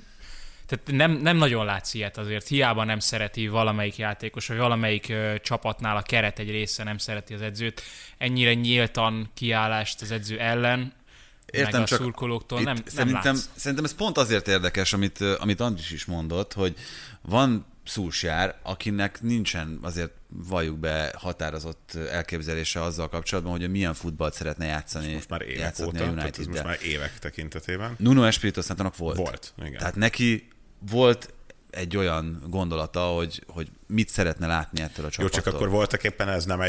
tehát nem nagyon látsz ilyet azért. Hiába nem szereti valamelyik játékos, vagy valamelyik csapatnál a keret egy része nem szereti az edzőt. Ennyire nyíltan kiállást az edző ellen, értem, meg a szurkolóktól nem látsz. Szerintem ez pont azért érdekes, amit Andris is mondott, hogy van Solskjaer, akinek nincsen azért valljuk be határozott elképzelése azzal kapcsolatban, hogy milyen futballt szeretne játszani. Most már évek óta, tehát ez most már évek tekintetében. Nuno Espírito Santónak volt. Volt, igen. Tehát neki volt egy olyan gondolata, hogy mit szeretne látni ettől a csapattól. Jó, csak akkor voltak éppen ez nem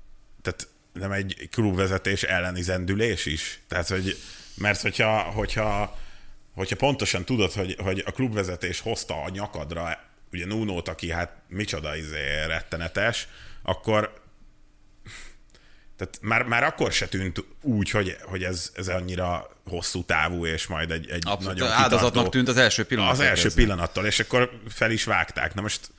egy klubvezetés elleni zendülés is? Tehát, mert hogyha pontosan tudod, hogy a klubvezetés hozta a nyakadra ugye Nunót, aki hát micsoda rettenetes, akkor tehát már akkor se tűnt úgy, hogy ez annyira hosszú távú, és majd egy abszolút, nagyon kitartó... Áldozatnak tűnt az első pillanattól. Az első pillanattól, és akkor fel is vágták. Na most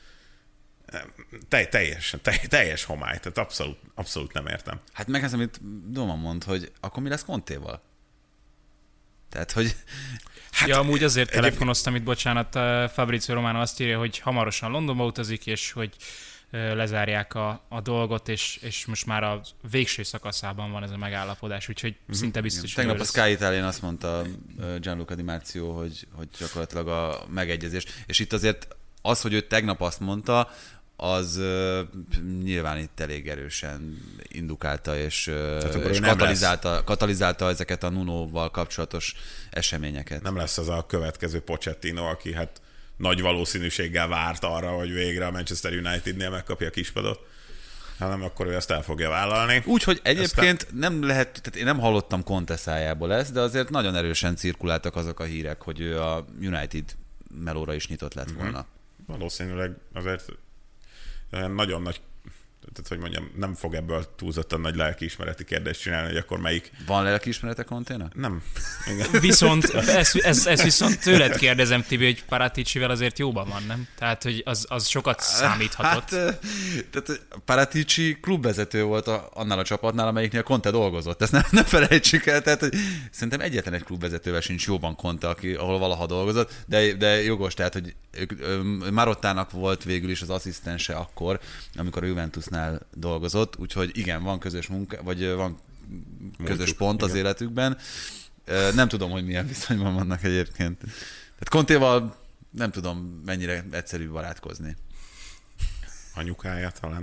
teljes homály, tehát abszolút nem értem. Hát meg ez, amit Doma mond, hogy akkor mi lesz Contéval? Tehát, hogy... Hát, ja, amúgy azért telefonoztam itt, bocsánat, Fabrizio Romano azt írja, hogy hamarosan Londonba utazik, és hogy lezárják a dolgot, és most már a végső szakaszában van ez a megállapodás, úgyhogy szinte biztos, tegnap a Sky Italian azt mondta Gianluca Di Marzio, hogy gyakorlatilag a megegyezés. És itt azért az, hogy ő tegnap azt mondta, az nyilván itt elég erősen indukálta, és katalizálta ezeket a Nunoval kapcsolatos eseményeket. Nem lesz az a következő Pochettino, aki hát nagy valószínűséggel várt arra, hogy végre a Manchester Unitednél megkapja a kispadot, hanem akkor ő ezt el fogja vállalni. Úgyhogy egyébként nem lehet, tehát én nem hallottam Conte szájából ezt, de azért nagyon erősen cirkuláltak azok a hírek, hogy ő a United melóra is nyitott lett volna. Valószínűleg azért nagyon nagy tehát hogy mondjam, nem fog ebből túlzottan nagy lelkiismereti kérdést csinálni, hogy akkor melyik... Van lelkiismerete Conténak? Nem. Igen. Viszont, ezt viszont tőled kérdezem, Tibi, hogy Paraticivel azért jóban van, nem? Tehát, hogy az sokat számíthatott. Tehát Paratici klubvezető volt annál a csapatnál, amelyiknél Conte dolgozott. Ezt nem felejtsük el. Tehát, hogy szerintem egyetlen egy klubvezetővel sincs jóban Conte, ahol valaha dolgozott, de jogos, tehát, hogy Marottának volt végül is az asszisztense akkor, amikor a Juventusnál dolgozott, úgyhogy igen, van közös munka, vagy van közös pont az életükben. Nem tudom, hogy milyen viszonyban vannak egyébként. Tehát Contéval nem tudom, mennyire egyszerű barátkozni. Anyukája talán.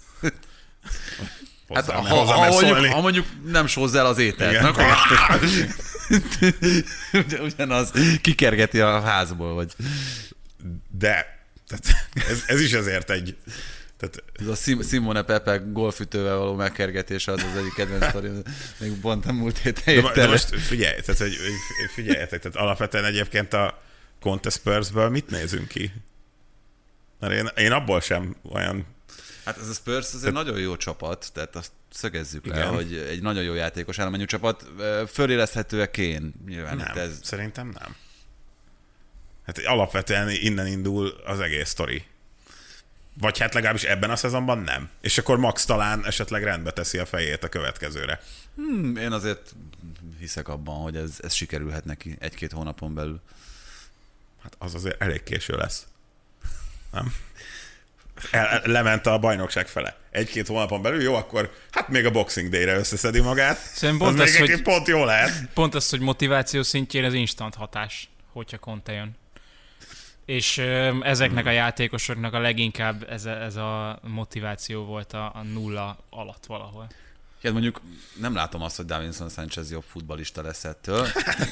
Hát, ha mondjuk nem sózz el az ételt. Ugyanaz kikergeti a házból, vagy... De tehát ez is azért egy... Tehát... Ez a Simone Pepe golfütővel való megkergetése az egyik kedvenc sztori, még pont a múlt héten. De most figyelj, tehát, hogy figyeljetek, tehát alapvetően egyébként a Conte Spursből mit nézünk ki? Mert én abból sem olyan... Hát ez a Spurs azért nagyon jó csapat, tehát azt szögezzük le, hogy egy nagyon jó játékos állományú csapat. Föléleszthető-e Kane? Nyilván nem, ez... szerintem nem. Hát alapvetően innen indul az egész sztori. Vagy hát legalábbis ebben a szezonban nem. És akkor Max talán esetleg rendbe teszi a fejét a következőre. Én azért hiszek abban, hogy ez sikerülhet neki 1-2 hónapon belül. Hát az azért elég késő lesz. Nem? Lement a bajnokság fele. 1-2 hónapon belül, jó, akkor hát még a Boxing Day-re összeszedi magát. Szerintem pont az, hogy pont jó lehet. Pont az, hogy motiváció szintjén az instant hatás, hogyha Conte jön. És ezeknek a játékosoknak a leginkább ez a motiváció volt a nulla alatt valahol. Hát mondjuk nem látom azt, hogy Davinson Sanchez jobb futballista lesz ettől.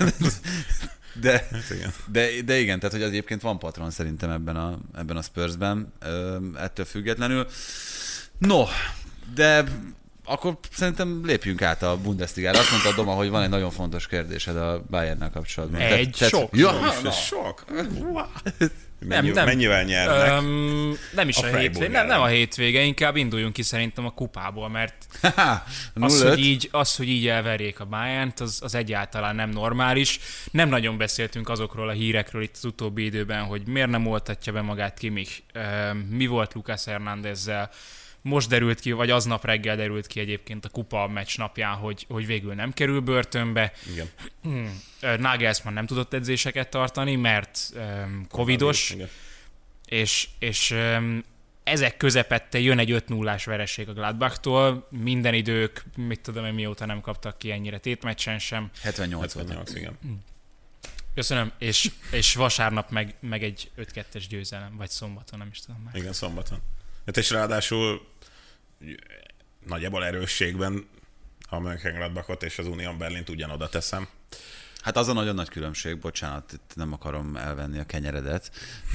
De igen, tehát hogy egyébként van patron szerintem ebben a Spursben, ettől függetlenül. No, de akkor szerintem lépjünk át a Bundesligára. Azt mondta Doma, hogy van egy nagyon fontos kérdésed a Bayernnel kapcsolatban. Sok. Sok. Mennyivel nyernek? Nem is a hétvége, nem a hétvége, inkább induljunk ki szerintem a kupából, mert az, hogy így elverjék a Bayernt, az egyáltalán nem normális. Nem nagyon beszéltünk azokról a hírekről itt az utóbbi időben, hogy miért nem oltatja be magát Kimmich, mi volt Lucas Hernándezzel. Most derült ki, vagy aznap reggel derült ki egyébként a kupa meccs napján, hogy végül nem kerül börtönbe. Igen. Nagelsmann nem tudott edzéseket tartani, mert covidos, és ezek közepette jön egy 5-0-ás vereség a Gladbachtól. Minden idők, mit tudom én, mióta nem kaptak ki ennyire tétmeccsen sem. 78, igen. Köszönöm, és vasárnap meg egy 5-2-es győzelem, vagy szombaton, nem is tudom már. Igen, szombaton. Hát és ráadásul nagyjából erősségben a Mönchengladbachot és az Union Berlint ugyanoda teszem. Hát az a nagyon nagy különbség, bocsánat, itt nem akarom elvenni a kenyeredet,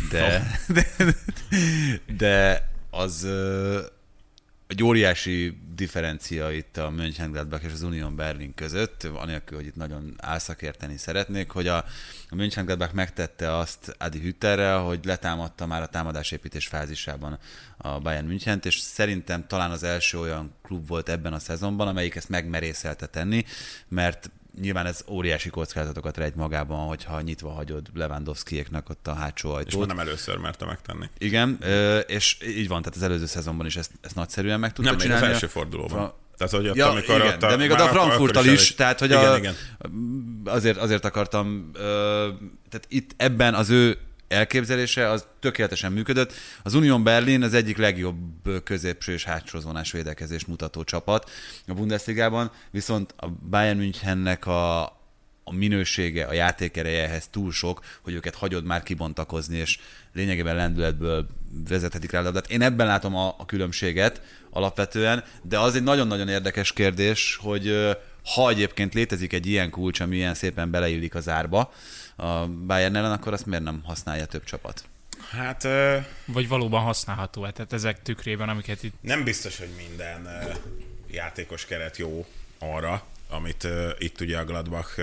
de az egy óriási differencia itt a Mönchengladbach és az Union Berlin között, anélkül, hogy itt nagyon álszakérteni szeretnék, hogy a Mönchengladbach megtette azt Adi Hütterrel, hogy letámadta már a támadásépítés fázisában a Bayern Münchent, és szerintem talán az első olyan klub volt ebben a szezonban, amelyik ezt megmerészelte tenni, mert nyilván ez óriási kockázatokat rejt magában, hogyha nyitva hagyod Lewandowskiéknak ott a hátsó ajtót. És már nem először merte megtenni. Igen, és így van, tehát az előző szezonban is ezt nagyszerűen meg tudta csinálni. Nem, az első fordulóban. Tehát, hogy ott, amikor igen, ott de még a Frankfurttal is, tehát hogy igen. Azért akartam, tehát itt ebben az ő elképzelése az tökéletesen működött. Az Union Berlin az egyik legjobb középső és hátsó zónás védekezést mutató csapat a Bundesligában, viszont a Bayern Münchennek a minősége, a játékereje ehhez túl sok, hogy őket hagyod már kibontakozni, és lényegében lendületből vezethetik rá. De én ebben látom a különbséget alapvetően, de az egy nagyon-nagyon érdekes kérdés, hogy ha egyébként létezik egy ilyen kulcs, ami ilyen szépen beleillik az árba a Bayern ellen, akkor azt miért nem használja több csapat? Hát... Vagy valóban használható, tehát ezek tükrében, amiket itt... Nem biztos, hogy minden játékos keret jó arra, amit itt ugye a Gladbach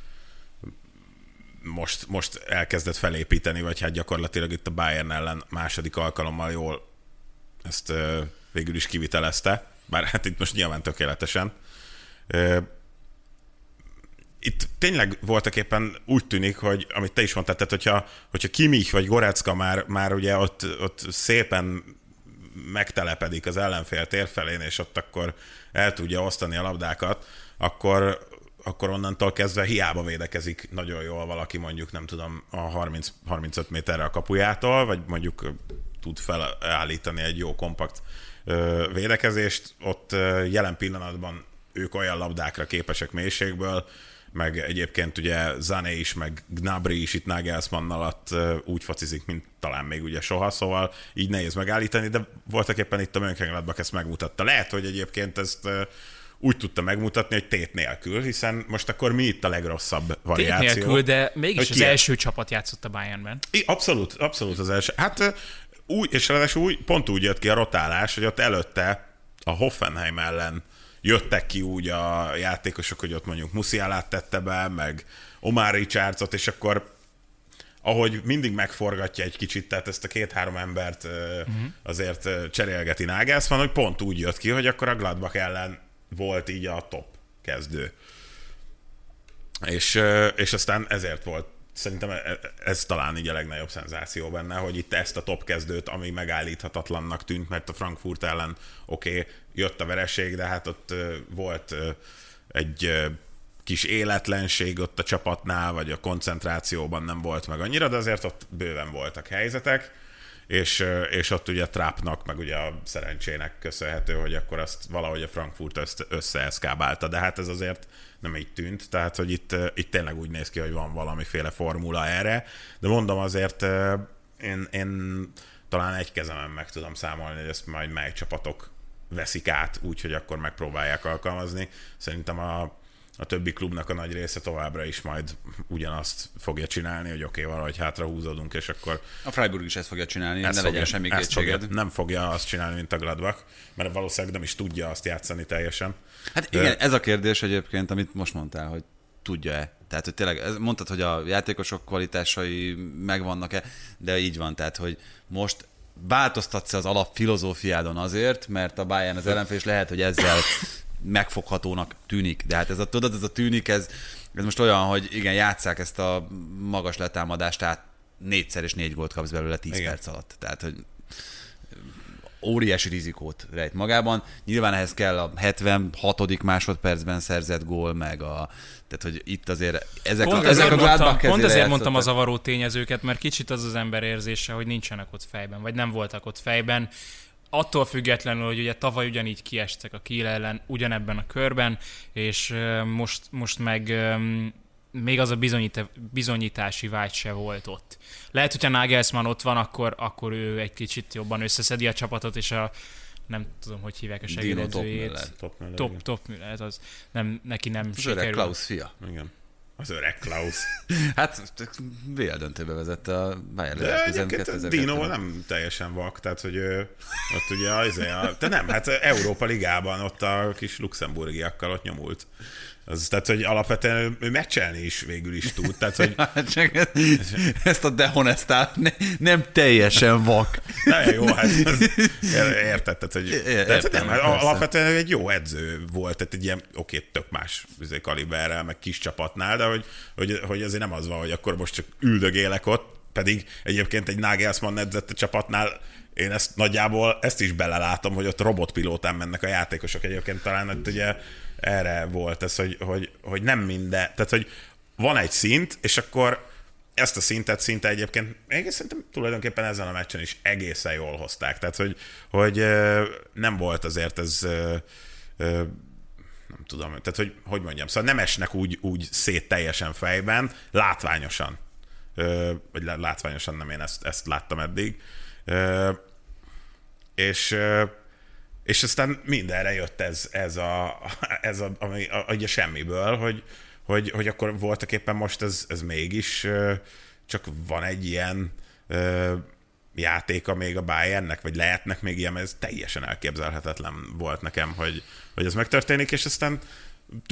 most elkezdett felépíteni, vagy hát gyakorlatilag itt a Bayern ellen második alkalommal jól ezt végül is kivitelezte, bár hát itt most nyilván tökéletesen. Itt tényleg voltak éppen úgy tűnik, hogy amit te is mondtad, tehát hogyha Kimmich vagy Goretzka már ugye ott szépen megtelepedik az ellenfél térfelén, és ott akkor el tudja osztani a labdákat, akkor onnantól kezdve hiába védekezik nagyon jól valaki mondjuk, nem tudom, a 30-35 méterre a kapujától, vagy mondjuk tud felállítani egy jó kompakt védekezést. Ott jelen pillanatban ők olyan labdákra képesek mélységből, meg egyébként ugye Sané is, meg Gnabry is itt Nagelsmann alatt úgy focizik, mint talán még ugye soha, szóval így nehéz megállítani, de voltak éppen itt a Mönchengladbach ezt megmutatta. Lehet, hogy egyébként ezt úgy tudta megmutatni, hogy tét nélkül, hiszen most akkor mi itt a legrosszabb variáció? Tét nélkül, de mégis az első csapat játszott a Bayernben. Abszolút az első. Hát és ráadásul pont úgy jött ki a rotálás, hogy ott előtte a Hoffenheim ellen jöttek ki úgy a játékosok, hogy ott mondjuk Musialát tette be, meg Omar Richardsot, és akkor ahogy mindig megforgatja egy kicsit, tehát ezt a 2-3 embert azért cserélgeti Nagelsmann, hogy pont úgy jött ki, hogy akkor a Gladbach ellen volt így a top kezdő. És aztán ezért volt, szerintem ez talán így a legnagyobb szenzáció benne, hogy itt ezt a top kezdőt, ami megállíthatatlannak tűnt, mert a Frankfurt ellen jött a vereség, de hát ott volt egy kis életlenség ott a csapatnál, vagy a koncentrációban nem volt meg annyira, de azért ott bőven voltak helyzetek, és ott ugye Trappnak, meg ugye a szerencsének köszönhető, hogy akkor azt valahogy a Frankfurt összeeszkábálta, de hát ez azért nem így tűnt, tehát hogy itt tényleg úgy néz ki, hogy van valamiféle formula erre, de mondom azért én talán egy kezemen meg tudom számolni, hogy ezt majd mely csapatok veszik át, úgyhogy akkor megpróbálják alkalmazni. Szerintem a többi klubnak a nagy része továbbra is majd ugyanazt fogja csinálni, hogy valahogy hátra húzódunk, és akkor... A Freiburg is ezt fogja csinálni, ne legyen semmi kétséged. Nem fogja azt csinálni, mint a Gladbach, mert valószínűleg nem is tudja azt játszani teljesen. Hát igen, ez a kérdés egyébként, amit most mondtál, hogy tudja-e. Tehát, hogy tényleg, mondtad, hogy a játékosok kvalitásai megvannak-e, de így van, tehát, hogy most változtatsz az alapfilozófiádon azért, mert a Bayern az ellenfél, és lehet, hogy ezzel megfoghatónak tűnik. De hát ez a tűnik, ez most olyan, hogy igen, játsszák ezt a magas letámadást, tehát 4-szer és 4 gólt kapsz belőle 10 perc alatt. Tehát, hogy óriási rizikót rejt magában. Nyilván ehhez kell a 76. másodpercben szerzett gól, meg tehát, hogy itt azért ezek a Gladbach kezére. Pont ezért mondtam a zavaró tényezőket, mert kicsit az ember érzése, hogy nincsenek ott fejben, vagy nem voltak ott fejben. Attól függetlenül, hogy ugye tavaly ugyanígy kiestek a Kiel ellen ugyanebben a körben, és most meg még az a bizonyítási vágy se volt ott. Lehet, hogyha Nagelsmann ott van, akkor ő egy kicsit jobban összeszedi a csapatot, és nem tudom, hogy hívják a segédedzőjét. Top Müller, az neki nem az sikerül. Öreg Klaus fia. Igen. Az öreg Klaus. Hát VL döntőbe vezette a Bayern Leverkusen. Dino nem teljesen vak, tehát hogy ott ugye de nem, hát Európa Ligában ott a kis luxemburgiakkal ott nyomult. Tehát, hogy alapvetően ő meccselni is végül is tud. Tehát, hogy... Ezt a dehonestál nem teljesen vak. Na jó, hát érted, tehát, hogy nem, hát alapvetően egy jó edző volt, tehát egy ilyen tök más kaliberrel, meg kis csapatnál, de hogy azért nem az van, hogy akkor most csak üldögélek ott, pedig egyébként egy Nagelsmann edzett csapatnál én nagyjából ezt is belelátom, hogy ott robotpilótán mennek a játékosok egyébként talán, hogy ugye erre volt ez, hogy nem minden, tehát hogy van egy szint, és akkor ezt a szintet szinte egyébként még szerintem tulajdonképpen ezen a meccsen is egészen jól hozták, tehát hogy nem volt azért ez nem tudom, tehát hogy mondjam, szóval nem esnek úgy szét teljesen fejben, látványosan, vagy látványosan nem, én ezt láttam eddig, és aztán mindenre jött ez ami a semmiből, hogy akkor voltak éppen most ez mégis csak van egy ilyen játéka még a Bayernnek, vagy lehetnek még ilyen, ez teljesen elképzelhetetlen volt nekem, hogy ez megtörténik, és aztán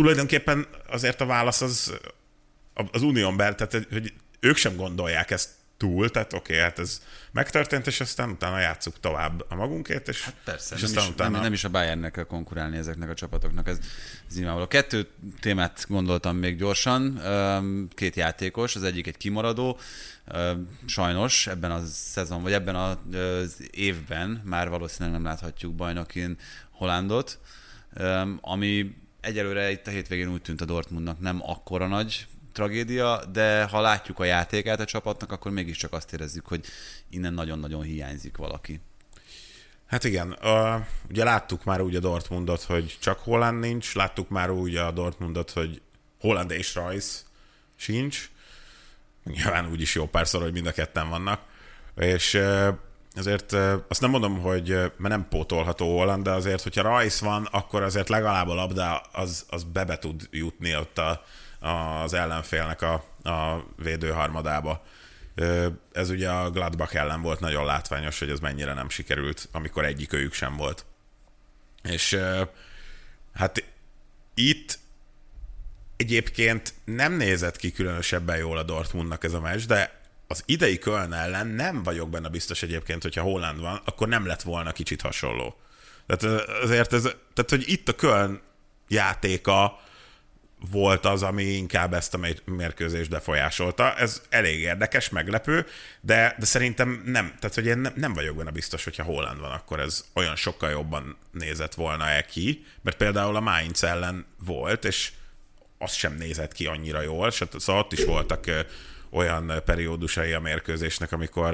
tulajdonképpen azért a válasz az Unión belül, tehát hogy ők sem gondolják ezt túl, tehát oké, hát ez megtörtént, és aztán utána játsszuk tovább a magunkért, és, hát persze, és nem, aztán is, utána... nem is a Bayernnek kell konkurálni ezeknek a csapatoknak, ez nyilvánvaló. 2 témát gondoltam még gyorsan, 2 játékos, az egyik egy kimaradó, sajnos ebben a szezon, vagy ebben az évben már valószínűleg nem láthatjuk bajnokin Haalandot, ami egyelőre itt a hétvégén úgy tűnt a Dortmundnak nem akkora nagy tragédia, de ha látjuk a játékát a csapatnak, akkor mégiscsak azt érezzük, hogy innen nagyon-nagyon hiányzik valaki. Hát igen, ugye láttuk már úgy a Dortmundot, hogy csak Haaland nincs, láttuk már úgy a Dortmundot, hogy Haaland és Rice sincs, nyilván úgy is jó párszor, hogy mind a ketten vannak, és azért azt nem mondom, hogy mert nem pótolható Haaland, de azért, hogyha Rice van, akkor azért legalább a labda az be tud jutni ott az ellenfélnek a védőharmadába. Ez ugye a Gladbach ellen volt nagyon látványos, hogy ez mennyire nem sikerült, amikor egyikőjük sem volt. És hát itt egyébként nem nézett ki különösebben jól a Dortmundnak ez a meccs, de az idei Köln ellen nem vagyok benne biztos egyébként, hogyha Haaland van, akkor nem lett volna kicsit hasonló. Tehát azért tehát hogy itt a Köln játéka volt az, ami inkább ezt a mérkőzést befolyásolta. Ez elég érdekes, meglepő, de szerintem nem. Tehát, hogy én nem vagyok benne biztos, hogyha Haaland van, akkor ez olyan sokkal jobban nézett volna ki, mert például a Mainz ellen volt, és az sem nézett ki annyira jól, szóval ott is voltak olyan periódusai a mérkőzésnek,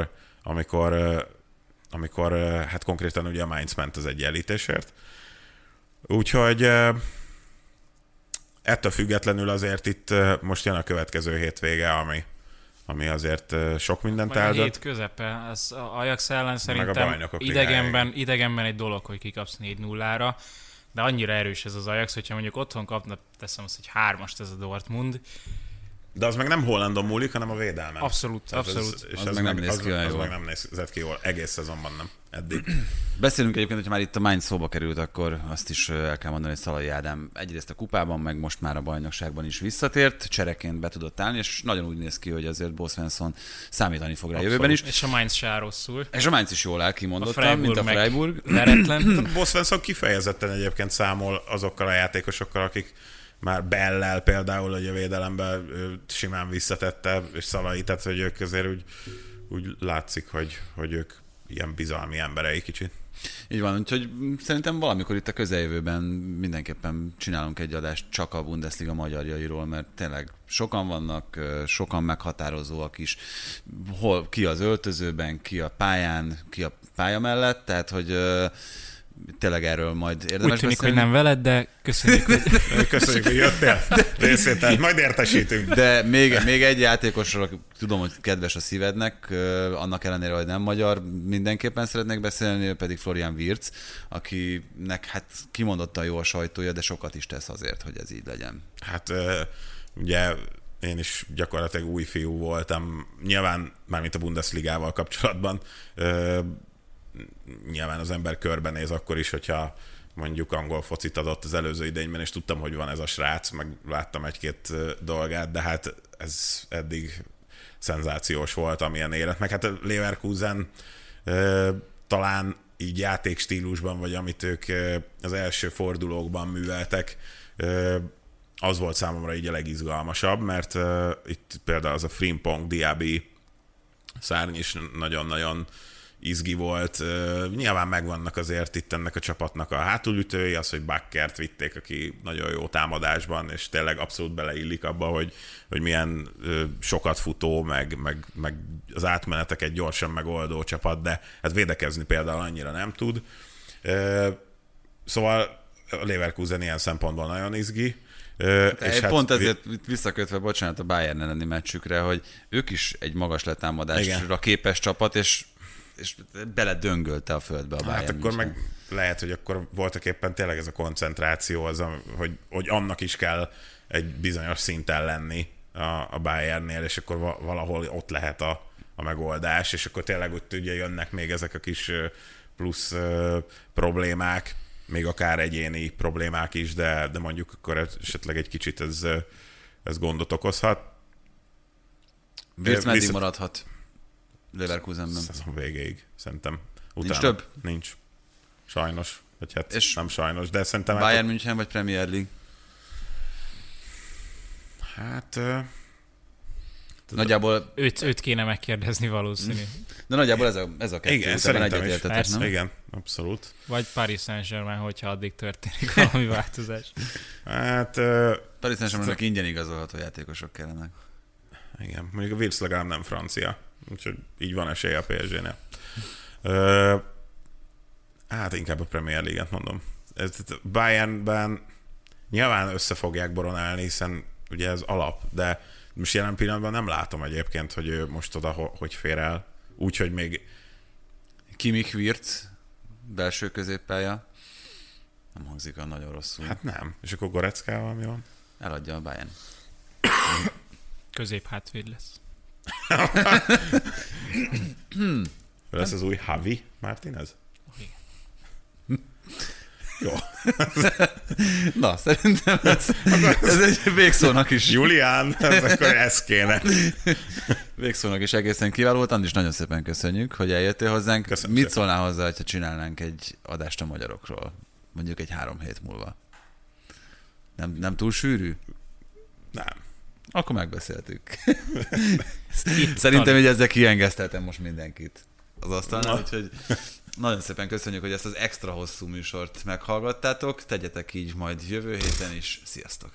amikor hát konkrétan ugye a Mainz ment az egyenlítésért. Úgyhogy ettől függetlenül azért itt most jön a következő hétvége, ami azért sok mindent eldönt. A hét közepe, az Ajax ellen szerintem idegenben egy dolog, hogy kikapsz 4-0-ra, de annyira erős ez az Ajax, hogyha mondjuk otthon kapna, teszem azt, hogy 3-ast ez a Dortmund. De az meg nem Haalandon múlik, hanem a védelmen. Abszolút. És az meg nem néz ki olyan jól. Az meg nem nézett ki jól. Egész szezonban nem. Eddig. Beszélünk egyébként, hogyha már itt a Mainz szóba került, akkor azt is el kell mondani, hogy Szalai Ádám egyrészt a kupában, meg most már a bajnokságban is visszatért, csereként be tudott állni, és nagyon úgy néz ki, hogy azért Bo Svensson számítani fog rá jövőben is. És a Mainz se rosszul. És a Mainz is jól áll, kimondottam, mint a Freiburg. Veretlen. Bo Svensson kifejezetten egyébként számol azokkal a játékosokkal, akik már Bellel például, hogy a védelemben simán visszatette, és Szalai, tehát hogy ők azért úgy látszik, hogy ők ilyen bizalmi emberei kicsit. Így van, úgyhogy szerintem valamikor itt a közeljövőben mindenképpen csinálunk egy adást csak a Bundesliga magyarjairól, mert tényleg sokan vannak, sokan meghatározóak is, hol ki az öltözőben, ki a pályán, ki a pálya mellett, tehát hogy tényleg erről majd érdemes úgy tűnik, beszélni. hogy nem veled, de köszönjük, hogy jöttél. Részvételt, majd értesítünk. De még egy játékosról tudom, hogy kedves a szívednek, annak ellenére, hogy nem magyar, mindenképpen szeretnék beszélni, pedig Florian Wirtz, akinek hát kimondottan jó a sajtója, de sokat is tesz azért, hogy ez így legyen. Hát ugye én is gyakorlatilag új fiú voltam, nyilván mármint a Bundesligával kapcsolatban, nyilván az ember körbenéz akkor is, hogyha mondjuk angol focit adott az előző idényben, és tudtam, hogy van ez a srác, meg láttam egy-két dolgát, de hát ez eddig szenzációs volt, amilyen élet. Meg hát a Leverkusen talán így játékstílusban, vagy amit ők az első fordulókban műveltek, az volt számomra így a legizgalmasabb, mert itt például az a Frimpong Diaby szárny is nagyon-nagyon izgi volt. Nyilván megvannak azért itt ennek a csapatnak a hátulütői, az, hogy Bakkert vitték, aki nagyon jó támadásban, és tényleg abszolút beleillik abba, hogy milyen sokat futó, meg az átmeneteket gyorsan megoldó csapat, de hát védekezni például annyira nem tud. Szóval a Leverkusen ilyen szempontból nagyon izgi. És pont hát ezért visszakötve, bocsánat, a Bayern elleni meccsükre, hogy ők is egy magas letámadásra képes csapat, és beledöngölte a földbe a Bayern. Hát akkor meg lehet, hogy akkor voltak éppen tényleg ez a koncentráció, az, hogy annak is kell egy bizonyos szinten lenni a Bayernnél, és akkor valahol ott lehet a megoldás, és akkor tényleg ott ugye jönnek még ezek a kis plusz problémák, még akár egyéni problémák is, de mondjuk akkor esetleg egy kicsit ez gondot okozhat. Wirtz meddig maradhat? Leverkusenben. Szezon végéig, szerintem. Utána Nincs több? Nincs. Sajnos. Vagy hát és nem sajnos, de szerintem... Bayern München vagy Premier League? Hát... Nagyjából... Őt kéne megkérdezni valószínű. De nagyjából ez a kettő. Igen, szerintem is. Nem? Igen, abszolút. Vagy Paris Saint-Germain, hogyha addig történik valami változás. Hát... Paris Saint-Germainnak ingyen igazolható játékosok kellenek. Igen, mondjuk a Wirtz legalább nem francia, úgyhogy így van esély a PSG-nél. Hát inkább a Premier League-et mondom. Bayernben nyilván össze fogják boronálni, hiszen ugye ez alap, de most jelen pillanatban nem látom egyébként, hogy ő most oda hogy fér el. Úgyhogy még... Kimmich Wirtz, belső középpálya. Nem hangzik olyan nagyon rosszul. Hát nem. És akkor Goretzkával mi van? Eladja a Bayern. Közép-hátvéd lesz. Lesz az új Javi Martínez? Jó. Na, szerintem ez egy végszónak is. Julián, akkor ez kéne. Végszónak is egészen kiváló volt. Andis, nagyon szépen köszönjük, hogy eljöttél hozzánk. Köszönöm Mit szépen. szólnál hozzá, hogyha csinálnánk egy adást a magyarokról? Mondjuk egy 3 hét múlva. Nem túl sűrű? Nem. Akkor megbeszéltük. Szerintem, hogy ezzel kiengeszteltem most mindenkit az asztalnál, úgyhogy nagyon szépen köszönjük, hogy ezt az extra hosszú műsort meghallgattátok. Tegyetek így majd jövő héten is. Sziasztok!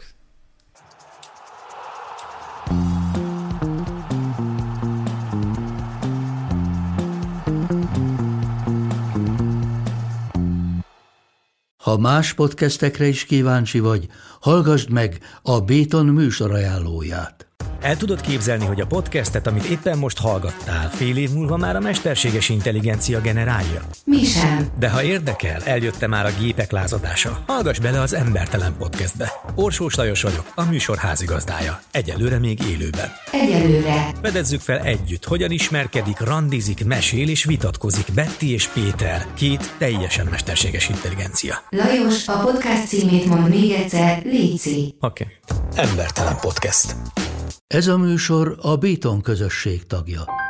Ha más podcastekre is kíváncsi vagy, hallgassd meg a Béton műsor ajánlóját. El tudod képzelni, hogy a podcastet, amit éppen most hallgattál, fél év múlva már a mesterséges intelligencia generálja? Mi sem. De ha érdekel, eljött már a gépek lázadása. Hallgass bele az Embertelen Podcastbe. Orsós Lajos vagyok, a műsor házigazdája. Egyelőre még élőben. Egyelőre. Fedezzük fel együtt, hogyan ismerkedik, randizik, mesél és vitatkozik Betty és Péter, 2 teljesen mesterséges intelligencia. Lajos, a podcast címét mond még egyszer, léci. Oké. Embertelen Podcast. Ez a műsor a Béton közösség tagja.